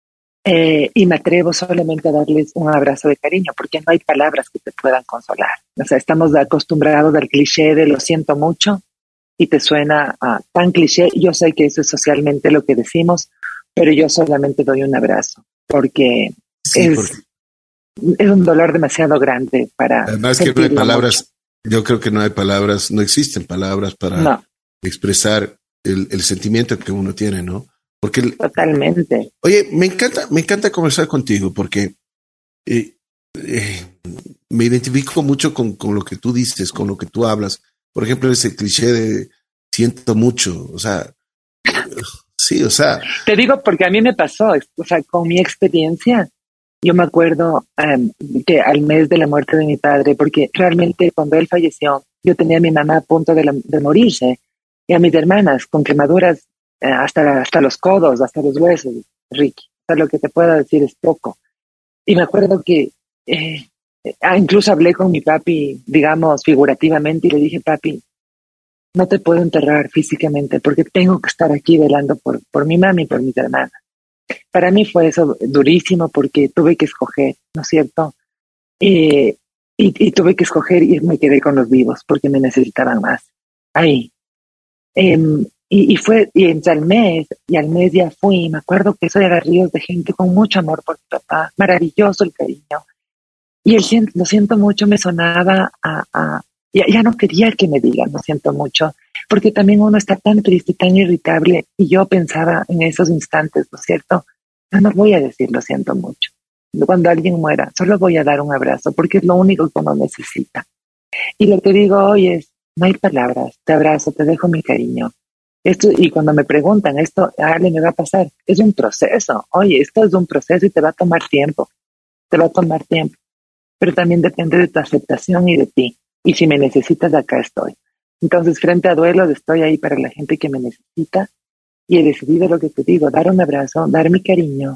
Eh, y me atrevo solamente a darles un abrazo de cariño, porque no hay palabras que te puedan consolar. O sea, estamos acostumbrados al cliché de lo siento mucho y te suena uh, tan cliché. Yo sé que eso es socialmente lo que decimos, pero yo solamente doy un abrazo, porque, sí, es, porque... es un dolor demasiado grande para... Además que no hay palabras, mucho. Yo creo que no hay palabras, no existen palabras para no. expresar el, el sentimiento que uno tiene, ¿no? Porque el, totalmente. Oye, me encanta, me encanta conversar contigo porque eh, eh, me identifico mucho con, con lo que tú dices, con lo que tú hablas. Por ejemplo, ese cliché de siento mucho, o sea, sí, o sea. Te digo porque a mí me pasó, o sea, con mi experiencia, yo me acuerdo um, que al mes de la muerte de mi padre, porque realmente cuando él falleció, yo tenía a mi mamá a punto de, la, de morirse y a mis hermanas con quemaduras hasta, hasta los codos, hasta los huesos, Ricky. O sea, lo que te puedo decir es poco. Y me acuerdo que eh, incluso hablé con mi papi, digamos, figurativamente, y le dije, papi, no te puedo enterrar físicamente porque tengo que estar aquí velando por, por mi mami y por mis hermanas. Para mí fue eso durísimo porque tuve que escoger, ¿no es cierto? Eh, y, y tuve que escoger y me quedé con los vivos porque me necesitaban más. Ahí. Eh, Y, y fue, y al mes, y al mes ya fui, me acuerdo que eso era ríos de gente con mucho amor por mi papá, maravilloso el cariño. Y el lo siento mucho me sonaba a, a ya, ya no quería que me digan, lo siento mucho, porque también uno está tan triste y tan irritable, y yo pensaba en esos instantes, ¿no es cierto? Yo no voy a decir lo siento mucho. Cuando alguien muera, solo voy a dar un abrazo, porque es lo único que uno necesita. Y lo que digo hoy es, no hay palabras, te abrazo, te dejo mi cariño. Esto, y cuando me preguntan, esto, Ale, me va a pasar, es un proceso. Oye, esto es un proceso y te va a tomar tiempo. Te va a tomar tiempo. Pero también depende de tu aceptación y de ti. Y si me necesitas, acá estoy. Entonces, frente a duelos, estoy ahí para la gente que me necesita. Y he decidido lo que te digo, dar un abrazo, dar mi cariño.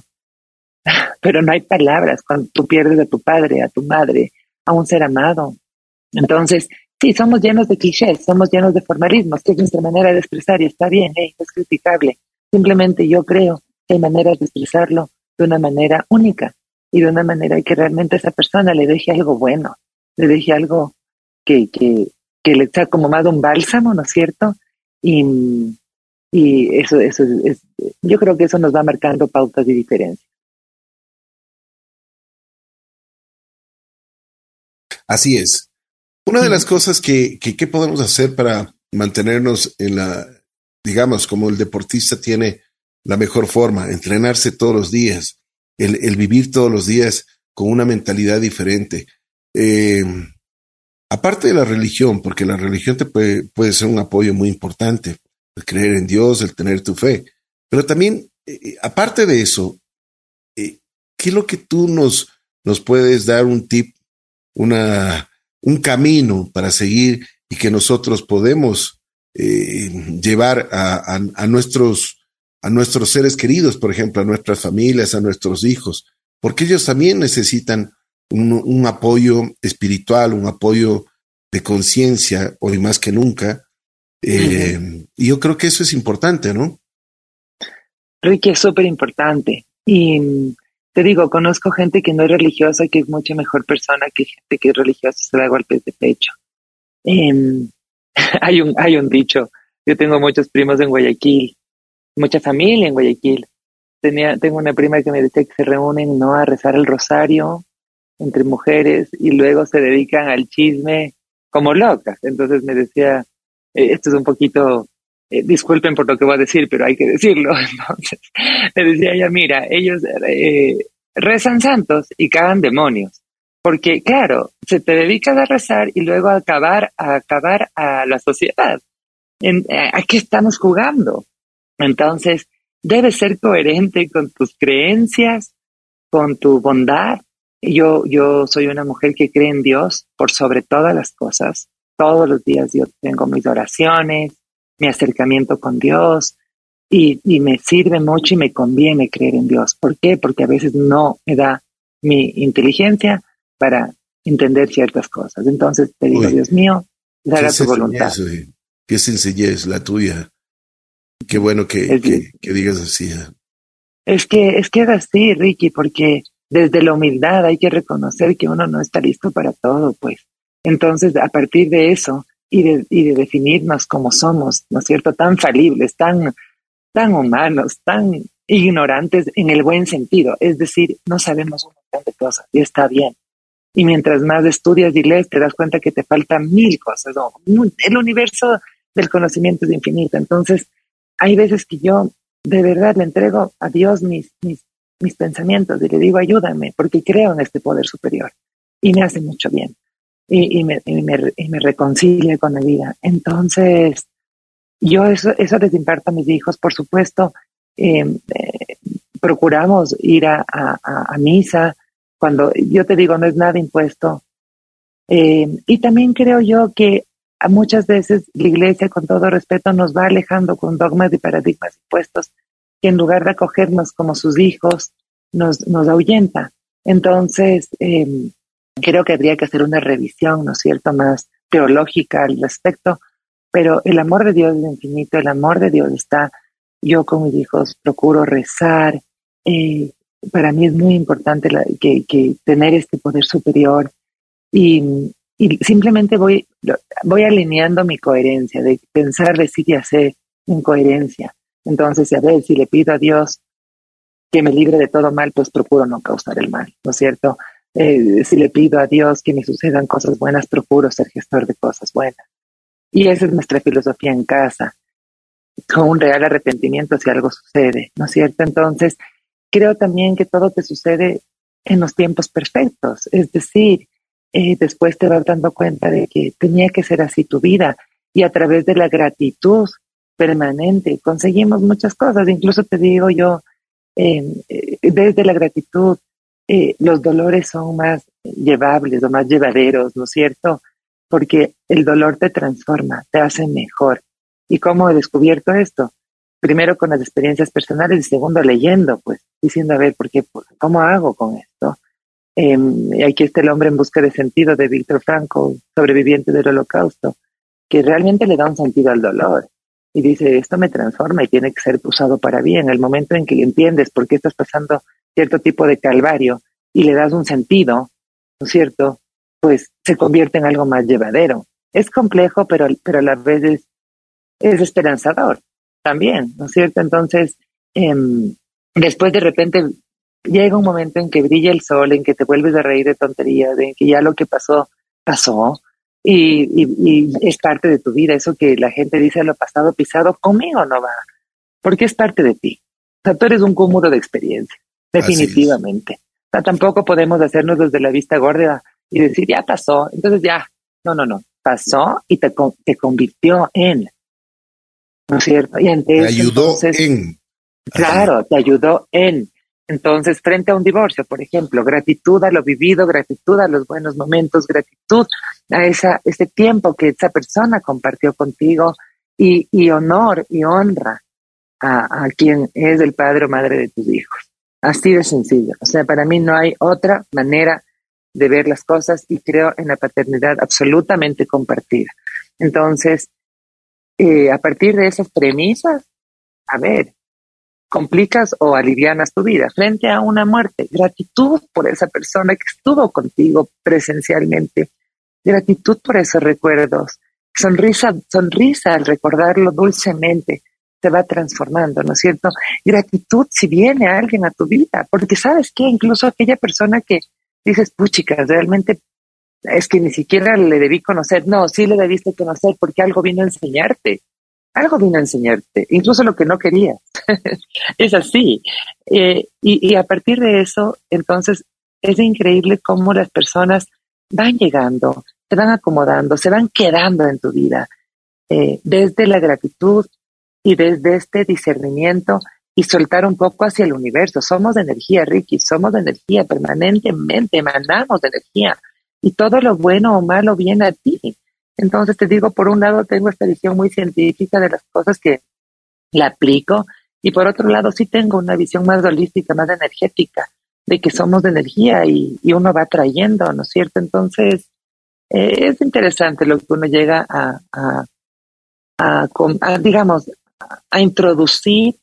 Pero no hay palabras cuando tú pierdes a tu padre, a tu madre, a un ser amado. Entonces, sí, somos llenos de clichés, somos llenos de formalismos, que es nuestra manera de expresar y está bien, ¿eh? Es criticable. Simplemente yo creo que hay maneras de expresarlo de una manera única y de una manera que realmente a esa persona le deje algo bueno, le deje algo que, que, que le sea como más un bálsamo, ¿no es cierto? Y, y eso, eso es, yo creo que eso nos va marcando pautas y diferencias. Así es. Una de las cosas que, que, que podemos hacer para mantenernos en la, digamos, como el deportista tiene la mejor forma, entrenarse todos los días, el, el vivir todos los días con una mentalidad diferente. Eh, aparte de la religión, porque la religión te puede, puede ser un apoyo muy importante, el creer en Dios, el tener tu fe, pero también, eh, aparte de eso, eh, ¿qué es lo que tú nos, nos puedes dar un tip, una... un camino para seguir y que nosotros podemos eh, llevar a, a, a, nuestros, a nuestros seres queridos, por ejemplo, a nuestras familias, a nuestros hijos, porque ellos también necesitan un, un apoyo espiritual, un apoyo de conciencia, hoy más que nunca. Eh, uh-huh. Y yo creo que eso es importante, ¿no? Ricky, es súper importante. Y te digo, conozco gente que no es religiosa, que es mucho mejor persona que gente que es religiosa y se da golpes de pecho. Eh, hay un hay un dicho, yo tengo muchos primos en Guayaquil, mucha familia en Guayaquil. Tenía, tengo una prima que me decía que se reúnen, ¿no?, a rezar el rosario entre mujeres y luego se dedican al chisme como locas. Entonces me decía, eh, esto es un poquito... Eh, disculpen por lo que voy a decir, pero hay que decirlo. Entonces, le decía ella, mira, ellos eh, rezan santos y cagan demonios. Porque, claro, se te dedicas a rezar y luego a acabar, a acabar a la sociedad. En, ¿A qué estamos jugando? Entonces, debes ser coherente con tus creencias, con tu bondad. Yo, yo soy una mujer que cree en Dios por sobre todas las cosas. Todos los días yo tengo mis oraciones, mi acercamiento con Dios, y, y me sirve mucho y me conviene creer en Dios. ¿Por qué? Porque a veces no me da mi inteligencia para entender ciertas cosas. Entonces te digo, Uy, Dios mío, haga tu voluntad. Sencillez, qué sencillez la tuya. Qué bueno que, Es, que, que digas así. es que es que es así, Ricky, porque desde la humildad hay que reconocer que uno no está listo para todo, pues. Entonces, a partir de eso y de, y de definirnos como somos, ¿no es cierto?, tan falibles, tan, tan humanos, tan ignorantes en el buen sentido. Es decir, no sabemos un montón de cosas y está bien. Y mientras más estudias y lees, te das cuenta que te faltan mil cosas. ¿No? El universo del conocimiento es infinito. Entonces, hay veces que yo de verdad le entrego a Dios mis, mis, mis pensamientos y le digo, ayúdame, porque creo en este poder superior. Y me hace mucho bien. Y, y, me, y, me, y me reconcilia con la vida. Entonces, yo eso, eso les imparto a mis hijos. Por supuesto, eh, eh, procuramos ir a, a, a misa. Cuando yo te digo, no es nada impuesto. Eh, y también creo yo que a muchas veces la iglesia, con todo respeto, nos va alejando con dogmas y paradigmas impuestos que en lugar de acogernos como sus hijos, nos, nos ahuyenta. Entonces, eh, creo que habría que hacer una revisión, ¿no es cierto?, más teológica al respecto, pero el amor de Dios es infinito, el amor de Dios está. Yo con mis hijos procuro rezar. Eh, para mí es muy importante la, que, que tener este poder superior y, y simplemente voy, voy alineando mi coherencia de pensar, decir y hacer en coherencia. Entonces, a ver, si le pido a Dios que me libre de todo mal, pues procuro no causar el mal, ¿no es cierto? Eh, si le pido a Dios que me sucedan cosas buenas, procuro ser gestor de cosas buenas. Y esa es nuestra filosofía en casa, con un real arrepentimiento si algo sucede, ¿no es cierto? Entonces, creo también que todo te sucede en los tiempos perfectos, es decir, eh, después te vas dando cuenta de que tenía que ser así tu vida y a través de la gratitud permanente conseguimos muchas cosas. Incluso te digo yo, eh, eh, desde la gratitud eh, los dolores son más llevables o más llevaderos, ¿no es cierto? Porque el dolor te transforma, te hace mejor. ¿Y cómo he descubierto esto? Primero con las experiencias personales y segundo leyendo, pues, diciendo, a ver, ¿por qué, ¿cómo hago con esto? Eh, aquí está El hombre en busca de sentido de Víctor Frankl, sobreviviente del Holocausto, que realmente le da un sentido al dolor. Y dice, esto me transforma y tiene que ser usado para bien. El momento en que entiendes por qué estás pasando cierto tipo de calvario y le das un sentido, ¿no es cierto?, pues se convierte en algo más llevadero. Es complejo, pero, pero a la vez es, es esperanzador también, ¿no es cierto? Entonces, eh, después de repente llega un momento en que brilla el sol, en que te vuelves a reír de tonterías, en que ya lo que pasó, pasó, y, y, y es parte de tu vida. Eso que la gente dice, lo pasado pisado, conmigo no va, porque es parte de ti. O sea, tú eres un cúmulo de experiencia, definitivamente. O sea, tampoco podemos hacernos desde la vista gorda y decir, ya pasó, entonces ya, no, no, no, pasó y te, te convirtió en, ¿no es cierto? Y ante te eso, ayudó entonces, en. Claro, Ajá. te ayudó en. Entonces, frente a un divorcio, por ejemplo, gratitud a lo vivido, gratitud a los buenos momentos, gratitud a esa, ese tiempo que esa persona compartió contigo y, y honor y honra a, a quien es el padre o madre de tus hijos. Así de sencillo. O sea, para mí no hay otra manera de ver las cosas y creo en la paternidad absolutamente compartida. Entonces, eh, a partir de esas premisas, a ver, complicas o alivianas tu vida frente a una muerte. Gratitud por esa persona que estuvo contigo presencialmente. Gratitud por esos recuerdos. Sonrisa, sonrisa al recordarlo dulcemente. Se va transformando, ¿no es cierto? Gratitud si viene alguien a tu vida, porque ¿sabes qué? Incluso aquella persona que dices, puchica, realmente es que ni siquiera le debí conocer. No, sí le debiste conocer porque algo vino a enseñarte. Algo vino a enseñarte, incluso lo que no querías. Es así. Eh, y, y a partir de eso, entonces, es increíble cómo las personas van llegando, se van acomodando, se van quedando en tu vida, eh, desde la gratitud y desde este discernimiento y soltar un poco hacia el universo. Somos de energía, Ricky, somos de energía, permanentemente emanamos de energía, y todo lo bueno o malo viene a ti. Entonces te digo, por un lado tengo esta visión muy científica de las cosas que la aplico, y por otro lado sí tengo una visión más holística, más energética, de que somos de energía y, y uno va trayendo, ¿no es cierto? Entonces eh, es interesante lo que uno llega a, a, a, a digamos, a introducir,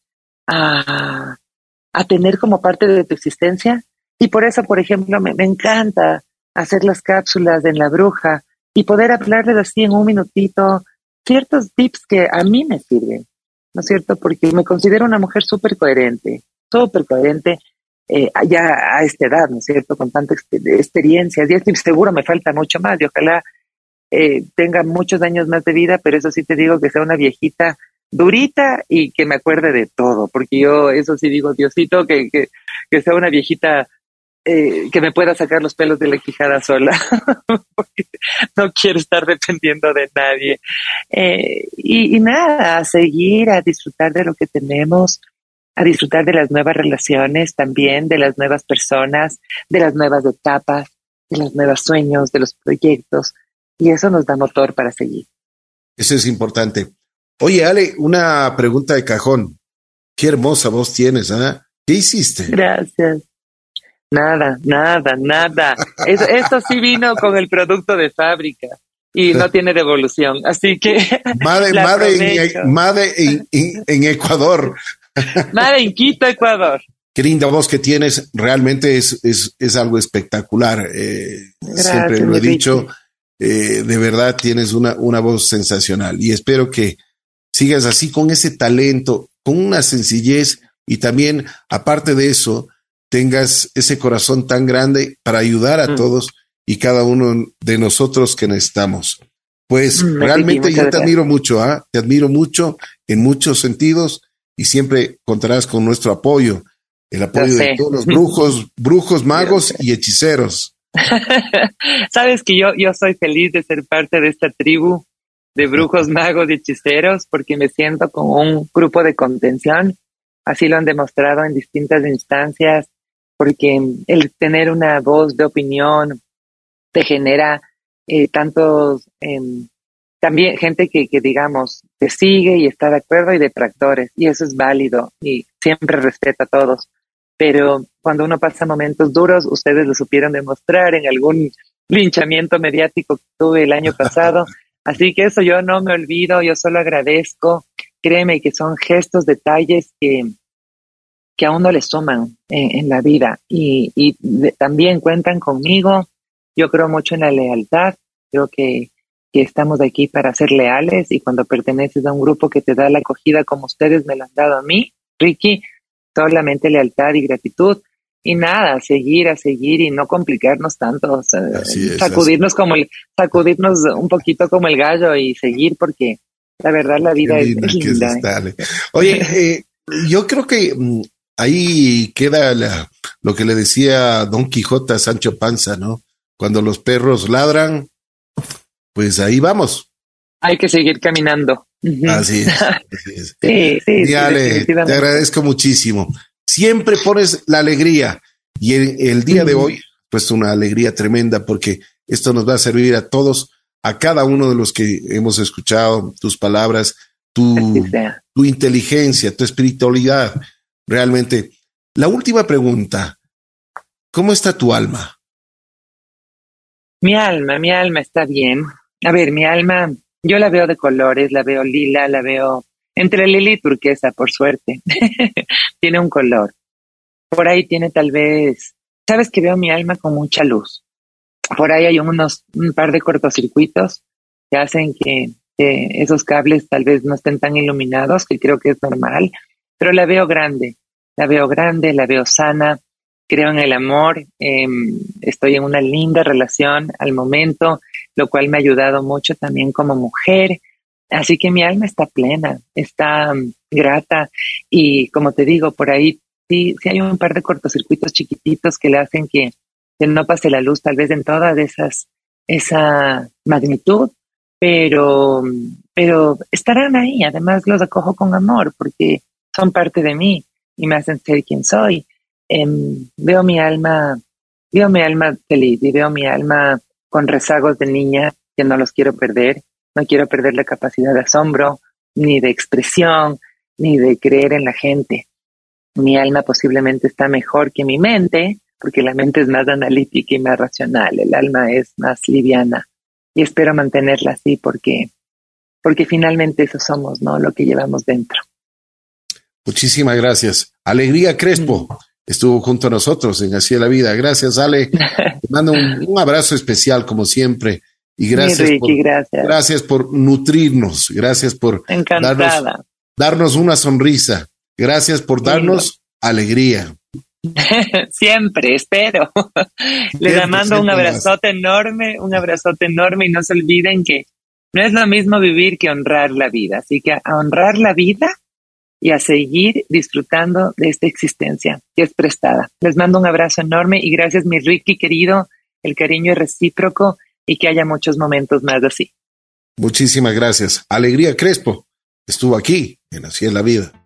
a, a tener como parte de tu existencia. Y por eso, por ejemplo, me, me encanta hacer las cápsulas en La Bruja y poder hablarles así en un minutito ciertos tips que a mí me sirven, ¿no es cierto? Porque me considero una mujer súper coherente, súper coherente, eh, ya a esta edad, ¿no es cierto? Con tanta exper- experiencia, y estoy seguro me falta mucho más, y ojalá eh, tenga muchos años más de vida, pero eso sí te digo, que sea una viejita durita y que me acuerde de todo, porque yo eso sí digo, Diosito, que, que, que sea una viejita eh, que me pueda sacar los pelos de la quijada sola, porque no quiero estar dependiendo de nadie. Eh, y, y nada, a seguir, a disfrutar de lo que tenemos, a disfrutar de las nuevas relaciones también, de las nuevas personas, de las nuevas etapas, de los nuevos sueños, de los proyectos, y eso nos da motor para seguir. Eso es importante. Oye, Ale, una pregunta de cajón. Qué hermosa voz tienes, ¿ah? ¿eh? ¿Qué hiciste? Gracias. Nada, nada, nada. Eso, esto sí vino con el producto de fábrica y no tiene devolución, así que Made, la made, aprovecho. en, made en, en, en Ecuador. Made en Quito, Ecuador. Qué linda voz que tienes, realmente es, es, es algo espectacular. Eh, Gracias, siempre lo he mi dicho, Ricky. eh, de verdad tienes una, una voz sensacional y espero que sigas así con ese talento, con una sencillez y también, aparte de eso, tengas ese corazón tan grande para ayudar a mm. todos y cada uno de nosotros que necesitamos. Pues mm, realmente Ricky, yo te admiro mucho, ¿eh? Te admiro mucho en muchos sentidos y siempre contarás con nuestro apoyo, el apoyo de todos los brujos, brujos, magos y hechiceros. Sabes que yo, yo soy feliz de ser parte de esta tribu de brujos, magos y hechiceros, porque me siento como un grupo de contención. Así lo han demostrado en distintas instancias, porque el tener una voz de opinión te genera eh, tantos, eh, también gente que, que digamos, te sigue y está de acuerdo y detractores, y eso es válido y siempre respeto a todos. Pero cuando uno pasa momentos duros, ustedes lo supieron demostrar en algún linchamiento mediático que tuve el año pasado. Así que eso yo no me olvido, yo solo agradezco. Créeme que son gestos, detalles que, que a uno le suman en, en la vida. Y, y de, también cuentan conmigo. Yo creo mucho en la lealtad. Creo que, que estamos aquí para ser leales. Y cuando perteneces a un grupo que te da la acogida como ustedes me lo han dado a mí, Ricky, solamente lealtad y gratitud. Y nada, a seguir, a seguir y no complicarnos tanto, o sea, es, sacudirnos así. como el, sacudirnos un poquito como el gallo y seguir, porque la verdad la vida es, es linda. ¿Eh? Oye, eh, yo creo que mm, ahí queda la, lo que le decía Don Quijote a Sancho Panza, ¿no? Cuando los perros ladran, pues ahí vamos. Hay que seguir caminando. Así es. Así es. Sí, sí. Y Ale, te agradezco muchísimo. Siempre pones la alegría y el, el día de hoy, pues una alegría tremenda porque esto nos va a servir a todos, a cada uno de los que hemos escuchado tus palabras, tu, tu inteligencia, tu espiritualidad. Realmente. La última pregunta, ¿cómo está tu alma? Mi alma, mi alma está bien. A ver, mi alma, yo la veo de colores, la veo lila, la veo entre lila y turquesa, por suerte. Tiene un color. Por ahí tiene tal vez, sabes que veo mi alma con mucha luz. Por ahí hay unos, un par de cortocircuitos que hacen que, que esos cables tal vez no estén tan iluminados, que creo que es normal, pero la veo grande, la veo grande, la veo sana, creo en el amor, eh, estoy en una linda relación al momento, lo cual me ha ayudado mucho también como mujer. Así que mi alma está plena, está um, grata y como te digo, por ahí sí, sí hay un par de cortocircuitos chiquititos que le hacen que, que no pase la luz tal vez en todas esas, esa magnitud, pero, pero estarán ahí, además los acojo con amor porque son parte de mí y me hacen ser quien soy. Eh, veo mi alma, veo mi alma feliz y veo mi alma con rezagos de niña que no los quiero perder. No quiero perder la capacidad de asombro, ni de expresión, ni de creer en la gente. Mi alma posiblemente está mejor que mi mente, porque la mente es más analítica y más racional. El alma es más liviana. Y espero mantenerla así porque, porque finalmente eso somos, ¿no? Lo que llevamos dentro. Muchísimas gracias. Alegría Crespo mm. estuvo junto a nosotros en Así es la Vida. Gracias, Ale. Te mando un, un abrazo especial, como siempre. Y gracias, Ricky, por, gracias. gracias por nutrirnos. Gracias por darnos, darnos una sonrisa. Gracias por darnos sí. alegría. Siempre, espero. Les siempre, mando siempre un abrazote más. enorme, un abrazote enorme y no se olviden que no es lo mismo vivir que honrar la vida. Así que a honrar la vida y a seguir disfrutando de esta existencia que es prestada. Les mando un abrazo enorme y gracias, mi Ricky querido. El cariño es recíproco y que haya muchos momentos más así. Muchísimas gracias. Alegría Crespo estuvo aquí en Así es la Vida.